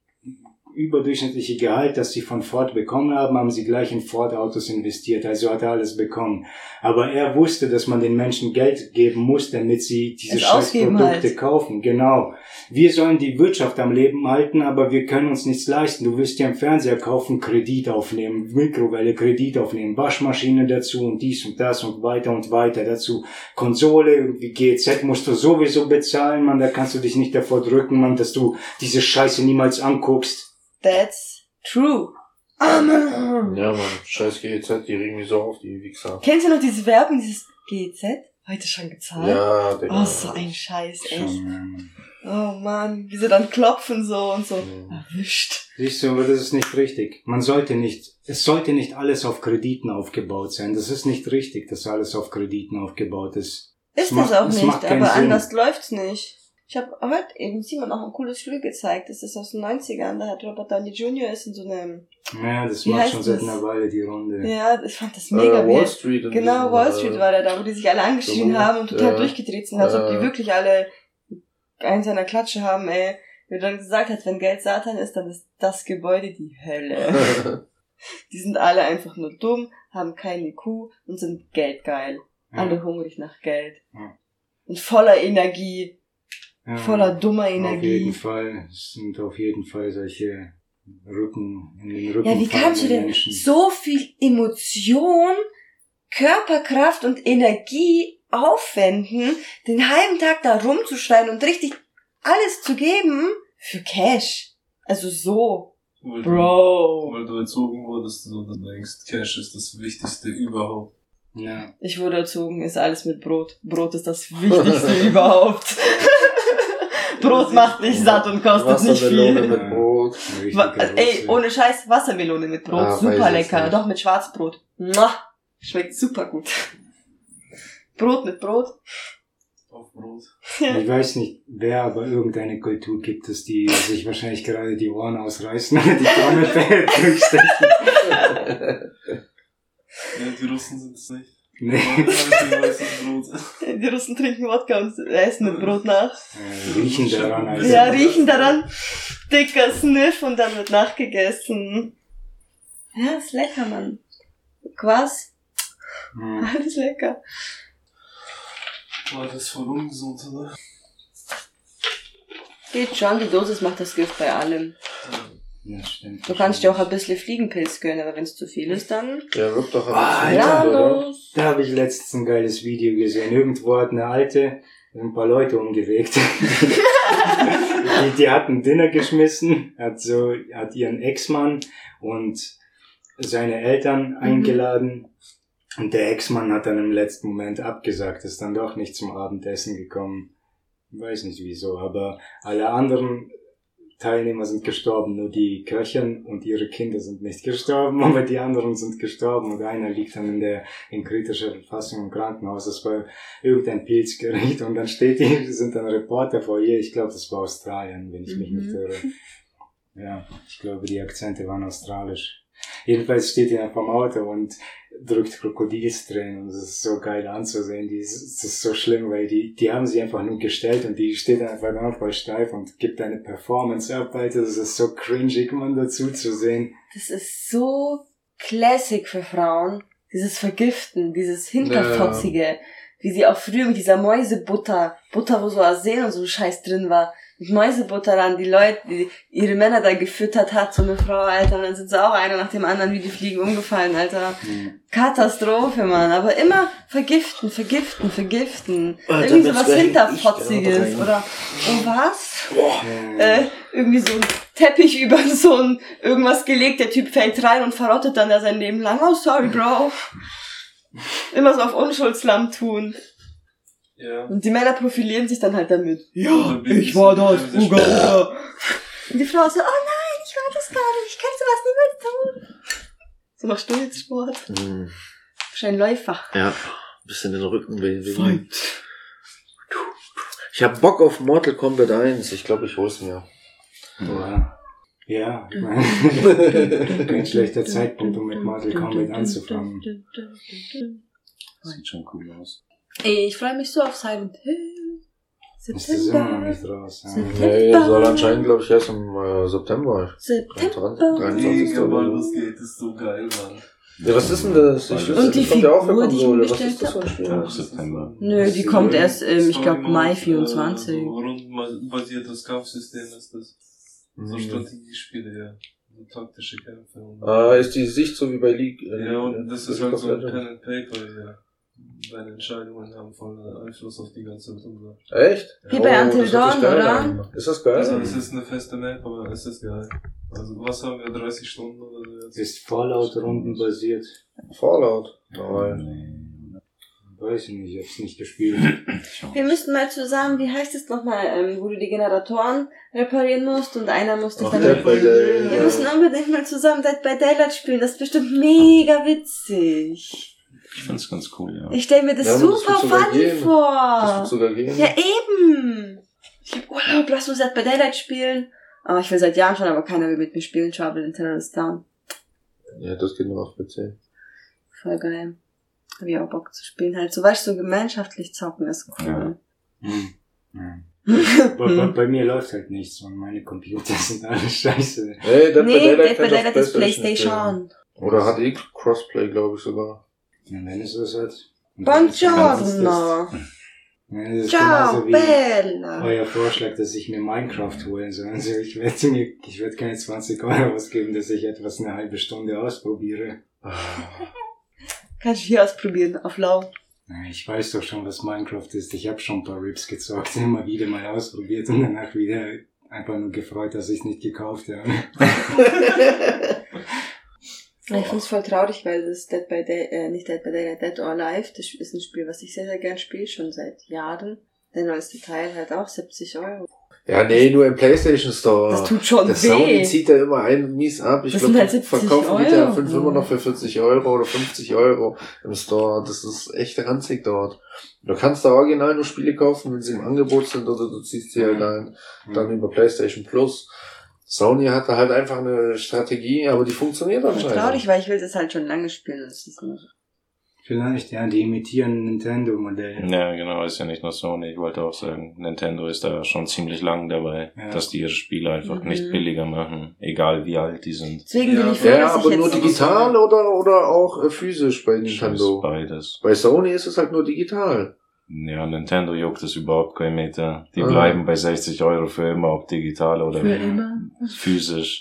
Gehalt, das sie von Ford bekommen haben sie gleich in Ford-Autos investiert. Also hat er alles bekommen. Aber er wusste, dass man den Menschen Geld geben muss, damit sie diese scheiß Produkte kaufen. Genau. Wir sollen die Wirtschaft am Leben halten, aber wir können uns nichts leisten. Du willst ja einen Fernseher kaufen, Kredit aufnehmen, Mikrowelle, Kredit aufnehmen, Waschmaschine dazu und dies und das und weiter dazu. Konsole, irgendwie GEZ musst du sowieso bezahlen, Mann, da kannst du dich nicht davor drücken, Mann, dass du diese Scheiße niemals anguckst. That's true. Amen. Ja, Mann, scheiß GEZ, die regen mich so auf, die Wichser. Kennst du noch diese Werbung, dieses GEZ? Heute schon gezahlt? Ja, Digga. Oh, so ein Scheiß, echt. Oh Mann, wie sie dann klopfen so und so. Erwischt. Siehst du, aber das ist nicht richtig. Es sollte nicht alles auf Krediten aufgebaut sein. Das ist nicht richtig, dass alles auf Krediten aufgebaut ist. Ist das auch nicht, aber anders läuft's nicht. Ich habe heute eben Simon auch ein cooles Spiel gezeigt. Das ist aus den 90ern. Da hat Robert Downey Jr. ist in so einem... Ja, das macht schon seit einer Weile die Runde. Ja, ich fand das mega Wall Street. Genau, Wall Street war der da, wo die sich alle angeschrien haben und total durchgedreht sind. Als ob die wirklich alle eins an der Klatsche haben, ey. Wie du dann gesagt hast, wenn Geld Satan ist, dann ist das Gebäude die Hölle. Die sind alle einfach nur dumm, haben kein IQ und sind geldgeil. Alle hungrig nach Geld. Ja. Und voller Energie. Ja, voller dummer Energie. Auf jeden Fall. Es sind auf jeden Fall solche in den Rücken. Ja, wie kannst du denn Menschen so viel Emotion, Körperkraft und Energie aufwenden, den halben Tag da rumzuschreien und richtig alles zu geben für Cash? Also so. Weil du erzogen wurdest, so du denkst, Cash ist das Wichtigste überhaupt. Ja. Ich wurde erzogen, ist alles mit Brot. Brot ist das Wichtigste überhaupt. Brot macht dich satt und kostet nicht viel. Mit Brot. Ey, ohne Scheiß, Wassermelone mit Brot. Super lecker. Doch, mit Schwarzbrot. Schmeckt super gut. Brot mit Brot. Auf Brot. Ich weiß nicht, wer, aber irgendeine Kultur gibt es, die sich wahrscheinlich gerade die Ohren ausreißen oder die Trommelfell durchstechen. Ja, die Russen sind es nicht. Nee. Die Russen trinken Wodka und essen mit Brot nach. Riechen daran. Also. Ja, riechen daran. Dicker Sniff und dann wird nachgegessen. Ja, ist lecker, Mann. Quass. Alles lecker. Boah, das ist voll ungesund, oder? Geht schon, die Dosis macht das Gift bei allem. Ja, stimmt. Du kannst dir auch ein bisschen Fliegenpilz gönnen, aber wenn es zu viel ist, dann... Ja, wird doch los. Da habe ich letztens ein geiles Video gesehen. Irgendwo hat eine Alte ein paar Leute umgelegt. die hat ein Dinner geschmissen, hat ihren Ex-Mann und seine Eltern eingeladen. Und der Ex-Mann hat dann im letzten Moment abgesagt, ist dann doch nicht zum Abendessen gekommen. Ich weiß nicht wieso, aber alle anderen Teilnehmer sind gestorben, nur die Köchin und ihre Kinder sind nicht gestorben, aber die anderen sind gestorben und einer liegt dann in kritischer Verfassung im Krankenhaus. Das war irgendein Pilzgericht und dann sind dann Reporter vor ihr, ich glaube, das war Australien, wenn ich mich nicht irre. Ja, ich glaube, die Akzente waren australisch. Jedenfalls steht er vom Auto und drückt Krokodilstränen und das ist so geil anzusehen. Das ist so schlimm, weil die haben sie einfach nur gestellt und die steht einfach da voll steif und gibt eine Performance ab, Alter. Das ist so cringig, man dazu zu sehen. Das ist so classic für Frauen. Dieses Vergiften, dieses Hinterfotzige, wie sie auch früher mit dieser Mäusebutter, wo so Arsen und so Scheiß drin war, mit Mäusebutter dann die Leute, die ihre Männer da gefüttert hat, so eine Frau, Alter, und dann sind sie auch einer nach dem anderen wie die Fliegen umgefallen, Alter. Katastrophe, Mann, aber immer vergiften. Irgendwie so was Hinterfotziges, oder, was? Irgendwie so ein Teppich über so ein, irgendwas gelegt, der Typ fällt rein und verrottet dann da sein Leben lang. Oh, sorry, Bro. Immer so auf Unschuldslamm tun. Ja. Und die Männer profilieren sich dann halt damit. Ja, ich war das, Uga. Und die Frau so, oh nein, ich war das gar nicht, ich kann sowas niemals tun. So machst du jetzt Sport. Wahrscheinlich Läufer. Ja, bisschen den Rücken wegen. Ich hab Bock auf Mortal Kombat 1, ich glaube, ich hol's mir. Ja, ich meine, kein schlechter Zeitpunkt, um mit Mortal Kombat anzufangen. Sieht schon cool aus. Ich freue mich so auf Silent Hill. Ist das immer noch nicht raus? Nee, soll anscheinend, glaube ich, erst im September. 23. Aber das geht, ist so geil, Mann. Ja, was ist denn das? Und die kommt ja auch für Figur, die ich Konsole. mir Was ist das bestellt für ein Auch Spiel? September. Nö, die kommt erst ich glaube Mai 24. Rundenbasiertes Kampfsystem ist das. So Strategiespiele, ja. So taktische Kämpfe. Ist die Sicht so wie bei League? Ja, und das ist halt so ein Pen and Paper, ja. Deine Entscheidungen haben voll Einfluss auf die ganze Runde. Echt? Wie bei Until Dawn, oder? Ist das geil? Also es ist eine feste Map, aber es ist geil. Also was haben wir, 30 Stunden oder so jetzt? Ist Fallout-Runden basiert? Fallout? Nein. Weiß ich nicht, ich hab's nicht gespielt. Wir müssten mal zusammen, wie heißt es nochmal, wo du die Generatoren reparieren musst und einer muss dich dann reparieren. Wir müssen unbedingt mal zusammen Dead by Daylight spielen, das ist bestimmt mega witzig. Ich find's ganz cool, ja. Ich stell mir das super funny vor. Das wird sogar gehen. Ja, eben. Ich hab Urlaub, lass uns Dead by Daylight spielen. Aber ich will seit Jahren schon, aber keiner will mit mir spielen. Trouble in Terrorist Town. Ja, das geht nur auf PC. Voll geil. Hab ich auch Bock zu spielen. Halt so, weißt du, so gemeinschaftlich zocken ist cool. Bei mir läuft halt nichts und meine Computer sind alle scheiße. Hey, Dead by Daylight ist PlayStation. Oder hat Crossplay, glaube ich sogar. Ja, wenn es das hat. Buongiorno. Ciao, Bella. Euer Vorschlag, dass ich mir Minecraft holen soll. Also ich werde keine 20 € ausgeben, dass ich etwas eine halbe Stunde ausprobiere. Kannst du hier ausprobieren, auf lau. Ich weiß doch schon, was Minecraft ist. Ich habe schon ein paar Rips gezockt, immer wieder mal ausprobiert und danach wieder einfach nur gefreut, dass ich es nicht gekauft habe. Ich find's voll traurig, weil das nicht Dead by Daylight, Dead or Alive, das ist ein Spiel, was ich sehr, sehr gern spiele, schon seit Jahren. Der neueste Teil halt auch 70 €. Ja, nee, nur im PlayStation Store. Das tut schon der weh. Sony zieht da immer einen mies ab. Ich glaube, halt verkaufen die da 5 immer noch für 40 € oder 50 € im Store. Das ist echt ranzig dort. Du kannst da original nur Spiele kaufen, wenn sie im Angebot sind, oder du ziehst sie halt dann über PlayStation Plus. Sony hatte halt einfach eine Strategie, aber die funktioniert Das ist anscheinend. traurig, weil ich will das halt schon lange spielen. Das ist nicht. Vielleicht, ja, die imitieren Nintendo-Modelle. Ja, genau, ist ja nicht nur Sony. Ich wollte auch sagen, Nintendo ist da schon ziemlich lang dabei, dass die ihre Spiele einfach nicht billiger machen, egal wie alt die sind. Deswegen bin ich froh, Ja, dass ich aber jetzt nur digital oder auch physisch bei Nintendo? Beides. Bei Sony ist es halt nur digital. Ja, Nintendo juckt es überhaupt kein Meter. Die bleiben bei 60 € für immer, ob digital oder physisch.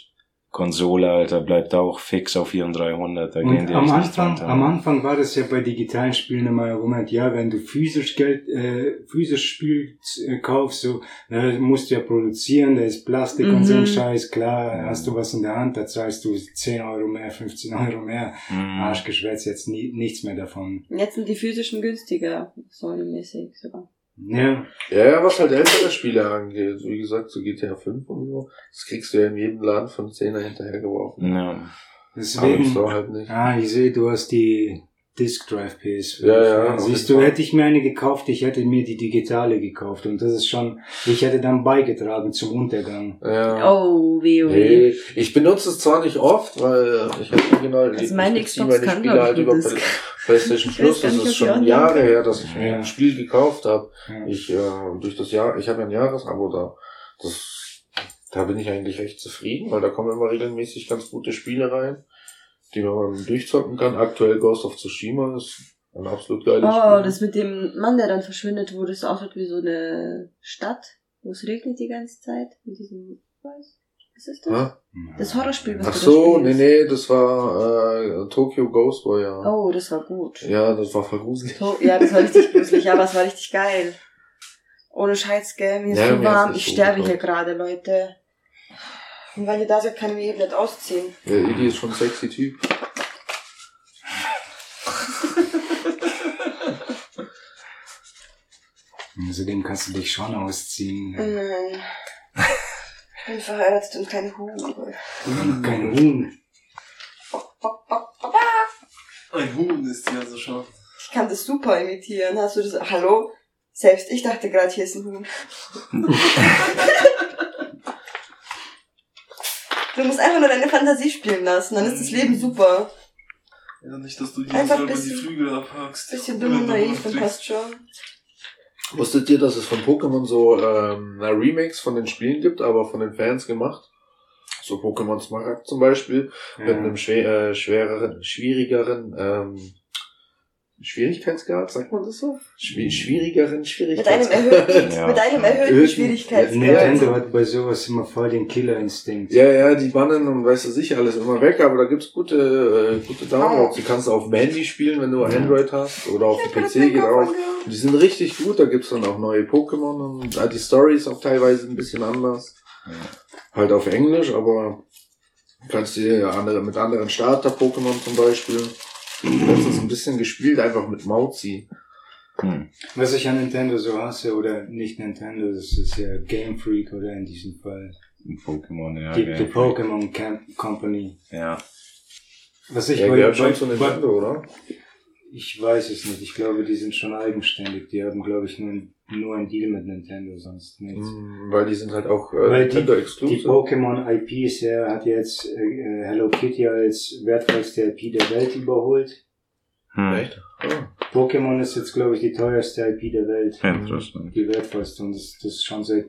Konsole, Alter, bleibt auch fix auf 400-300. Da und gehen die am echt nicht Anfang, runter. am Anfang war das ja bei digitalen Spielen immer ein Argument, ja, wenn du physisch Spiel kaufst, so, musst du ja produzieren, da ist Plastik und so ein Scheiß, klar, hast du was in der Hand, da zahlst du 10 Euro mehr, 15 Euro mehr, Arschgeschwätz, jetzt nichts mehr davon. Jetzt sind die physischen günstiger, Sony-mäßig sogar. Ja. Ja, was halt ältere Spiele angeht, wie gesagt, so GTA 5 und so, das kriegst du ja in jedem Laden von 10er hinterhergeworfen. Ja. Deswegen, so halt nicht. ich sehe, du hast die Disk Drive PS5. Ja. Siehst du, hätte ich mir eine gekauft, ich hätte mir die digitale gekauft und das ist schon, ich hätte dann beigetragen zum Untergang. Ja. Oh, WoW. Nee, ich benutze es zwar nicht oft, weil ich habe original also meine Xbox kann Spiele halt über PlayStation Plus, das ist schon Jahre her, dass ich mir ein Spiel gekauft habe. Ja. Ich durch das Jahr, ich habe ein Jahresabo da. Da bin ich eigentlich recht zufrieden, weil da kommen immer regelmäßig ganz gute Spiele rein, die man durchzocken kann. Aktuell Ghost of Tsushima ist ein absolut geiles Spiel. Das mit dem Mann, der dann verschwindet, wo das ausschaut wie so eine Stadt, wo es regnet die ganze Zeit. Mit diesem, was ist das? Ha? Das Horrorspiel, was Ach du so, da spielst. nee, das war Tokyo Ghost Warrior. Oh, das war gut. Ja, das war voll gruselig. Ja, das war richtig gruselig, aber es war richtig geil. Ohne Scheiß, gell, mir ist so warm, ich sterbe hier gerade, Leute. Und weil ihr da seid, kann ich mich nicht ausziehen. Ja, Idi ist schon ein sexy Typ. Außerdem kannst du dich schon ausziehen. Nein. Ich bin verheiratet und keine Hure. Kein Huhn. Ein Huhn ist ja so schon. Ich kann das super imitieren. Hast du das? Hallo? Selbst ich dachte gerade, hier ist ein Huhn. Du musst einfach nur deine Fantasie spielen lassen, dann ist das Leben super. Ja, nicht, dass du dir Einfach selber die bisschen- Flügel abhackst. Bisschen dumm und naiv, dann passt schon. Wusstet ihr, dass es von Pokémon so Remakes von den Spielen gibt, aber von den Fans gemacht? So Pokémon Smaragd zum Beispiel, mit einem schwierigeren Schwierigkeitsgrad, sagt man das so? Schwierigeren Mit einem erhöhten, Ja. mit einem erhöhten Erhöhten- Schwierigkeitsgrad. Nintendo hat bei sowas immer voll den Killerinstinkt. Ja, die bannen und weißt du sicher alles immer weg, aber da gibt's gute Downloads. Die kannst du auf dem Handy spielen, wenn du Android hast, oder auf dem PC geht auch. Die sind richtig gut, da gibt's dann auch neue Pokémon und die Story ist auch teilweise ein bisschen anders. Halt auf Englisch, aber kannst du mit anderen Starter-Pokémon zum Beispiel. Letztens ein bisschen gespielt, einfach mit Mauzi. Was ich an Nintendo so hasse, oder nicht Nintendo, das ist ja Game Freak, oder in diesem Fall. Pokémon, ja. Die okay. Pokémon Company. Ja. Was ich Ja, gehört schon zu Nintendo, oder? Ich weiß es nicht. Ich glaube, die sind schon eigenständig. Die haben, glaube ich, nur einen Deal mit Nintendo, sonst nichts. Weil die sind halt auch Weil Nintendo die Exclusive. Pokémon IPs, hat jetzt Hello Kitty als wertvollste IP der Welt überholt. Echt? Oh. Pokémon ist jetzt, glaube ich, die teuerste IP der Welt. Interessant. Die wertvollste. Und das ist schon seit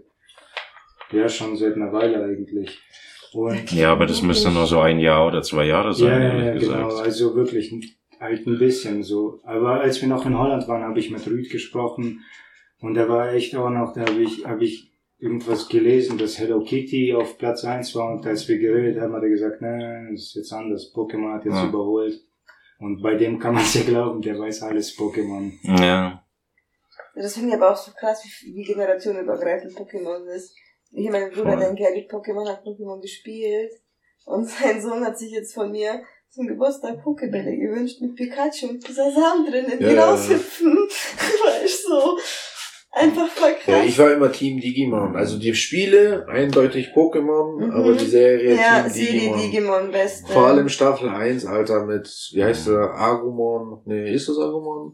einer Weile eigentlich. Und Ja, aber das müsste nur so 1 Jahr oder 2 Jahre sein, ehrlich gesagt. genau. Also wirklich halt ein bisschen so. Aber als wir noch in Holland waren, habe ich mit Rüd gesprochen. Und da war echt auch noch, da habe ich irgendwas gelesen, dass Hello Kitty auf Platz 1 war. Und als wir geredet haben, hat er gesagt, nein, das ist jetzt anders. Pokémon hat jetzt überholt. Und bei dem kann man es ja glauben, der weiß alles Pokémon. Ja. Das finde ich aber auch so krass, wie generationenübergreifend Pokémon ist. Ich und mein Bruder denken, er liebt Pokémon, hat Pokémon gespielt. Und sein Sohn hat sich jetzt von mir zum Geburtstag Pokébälle gewünscht mit Pikachu und dieser Samen drin, in die raushüpfen. War ich so einfach voll krass. Ja, ich war immer Team Digimon. Also die Spiele, eindeutig Pokémon, aber die Serie Team Serie Digimon beste. Vor allem Staffel 1, Alter, mit, wie heißt der, Agumon? Nee, ist das Agumon?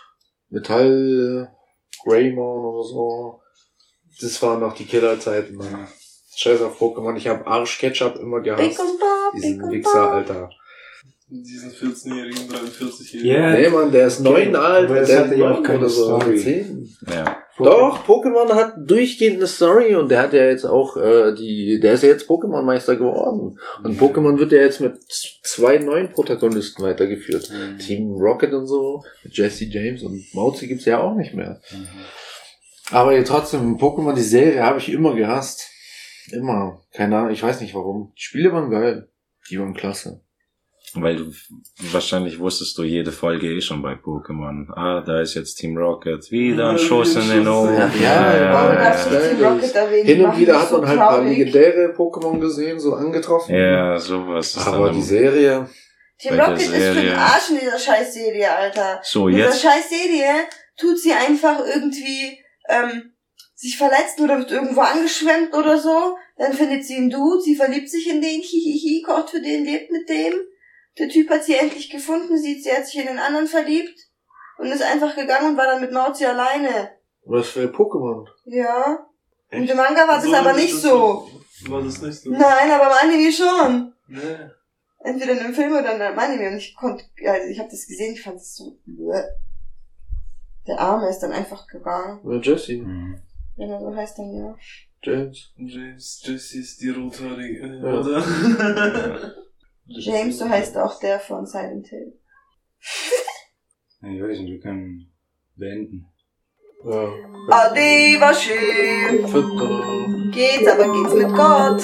Metall, Greymon oder so. Das waren noch die Killerzeiten. Ne? Scheiß auf Pokémon. Ich habe Arsch-Ketchup immer gehasst. Diesen Wichser, Alter. Diesen 14-jährigen, 43-jährigen. Ja. Nee, Mann, der ist 9 alt. Aber das der hatte ja auch 9 keine oder so. Story. 10. Ja. Doch, Pokémon hat durchgehend eine Story und der hat ja jetzt auch der ist ja jetzt Pokémon-Meister geworden. Und Pokémon wird ja jetzt mit 2 neuen Protagonisten weitergeführt. Team Rocket und so, mit Jesse James und Mauzi gibt's ja auch nicht mehr. Aber trotzdem, Pokémon, die Serie habe ich immer gehasst. Immer. Keine Ahnung, ich weiß nicht warum. Die Spiele waren geil. Die waren klasse. Weil du wahrscheinlich wusstest du jede Folge schon bei Pokémon. Da ist jetzt Team Rocket. Wieder ein Schuss in den Ohren. Ja. Team Rocket erwähnt. Hin und wieder hat man halt ein paar legendäre Pokémon gesehen, so angetroffen. Ja, sowas. Aber die Serie... Team Rocket ist für den Arsch in dieser Scheißserie, Alter. So, in jetzt. dieser Scheißserie tut sie einfach irgendwie sich verletzen oder wird irgendwo angeschwemmt oder so. Dann findet sie einen Dude, sie verliebt sich in den, hihihi, kocht für den, lebt mit dem. Der Typ hat sie endlich gefunden, sie hat sich in den anderen verliebt und ist einfach gegangen und war dann mit Mauzi alleine. Was für Pokémon? Ja. Echt? Und im Manga war das aber nicht so. War das nicht so? Nein, aber im Anime schon. Nee. Entweder in einem Film oder in einem Anime. Und ich habe das gesehen, ich fand es so... Der Arme ist dann einfach gegangen. Oder Jessie. Wenn er so heißt, dann ja. Jessie ist die rothaarige, ja. oder? James, so heißt auch der von Silent Hill. Ich weiß nicht, wir können beenden. Ja. Ade, war schön. Geht's, aber geht's mit Gott.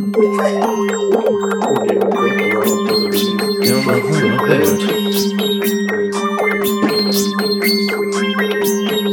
Ja, man kann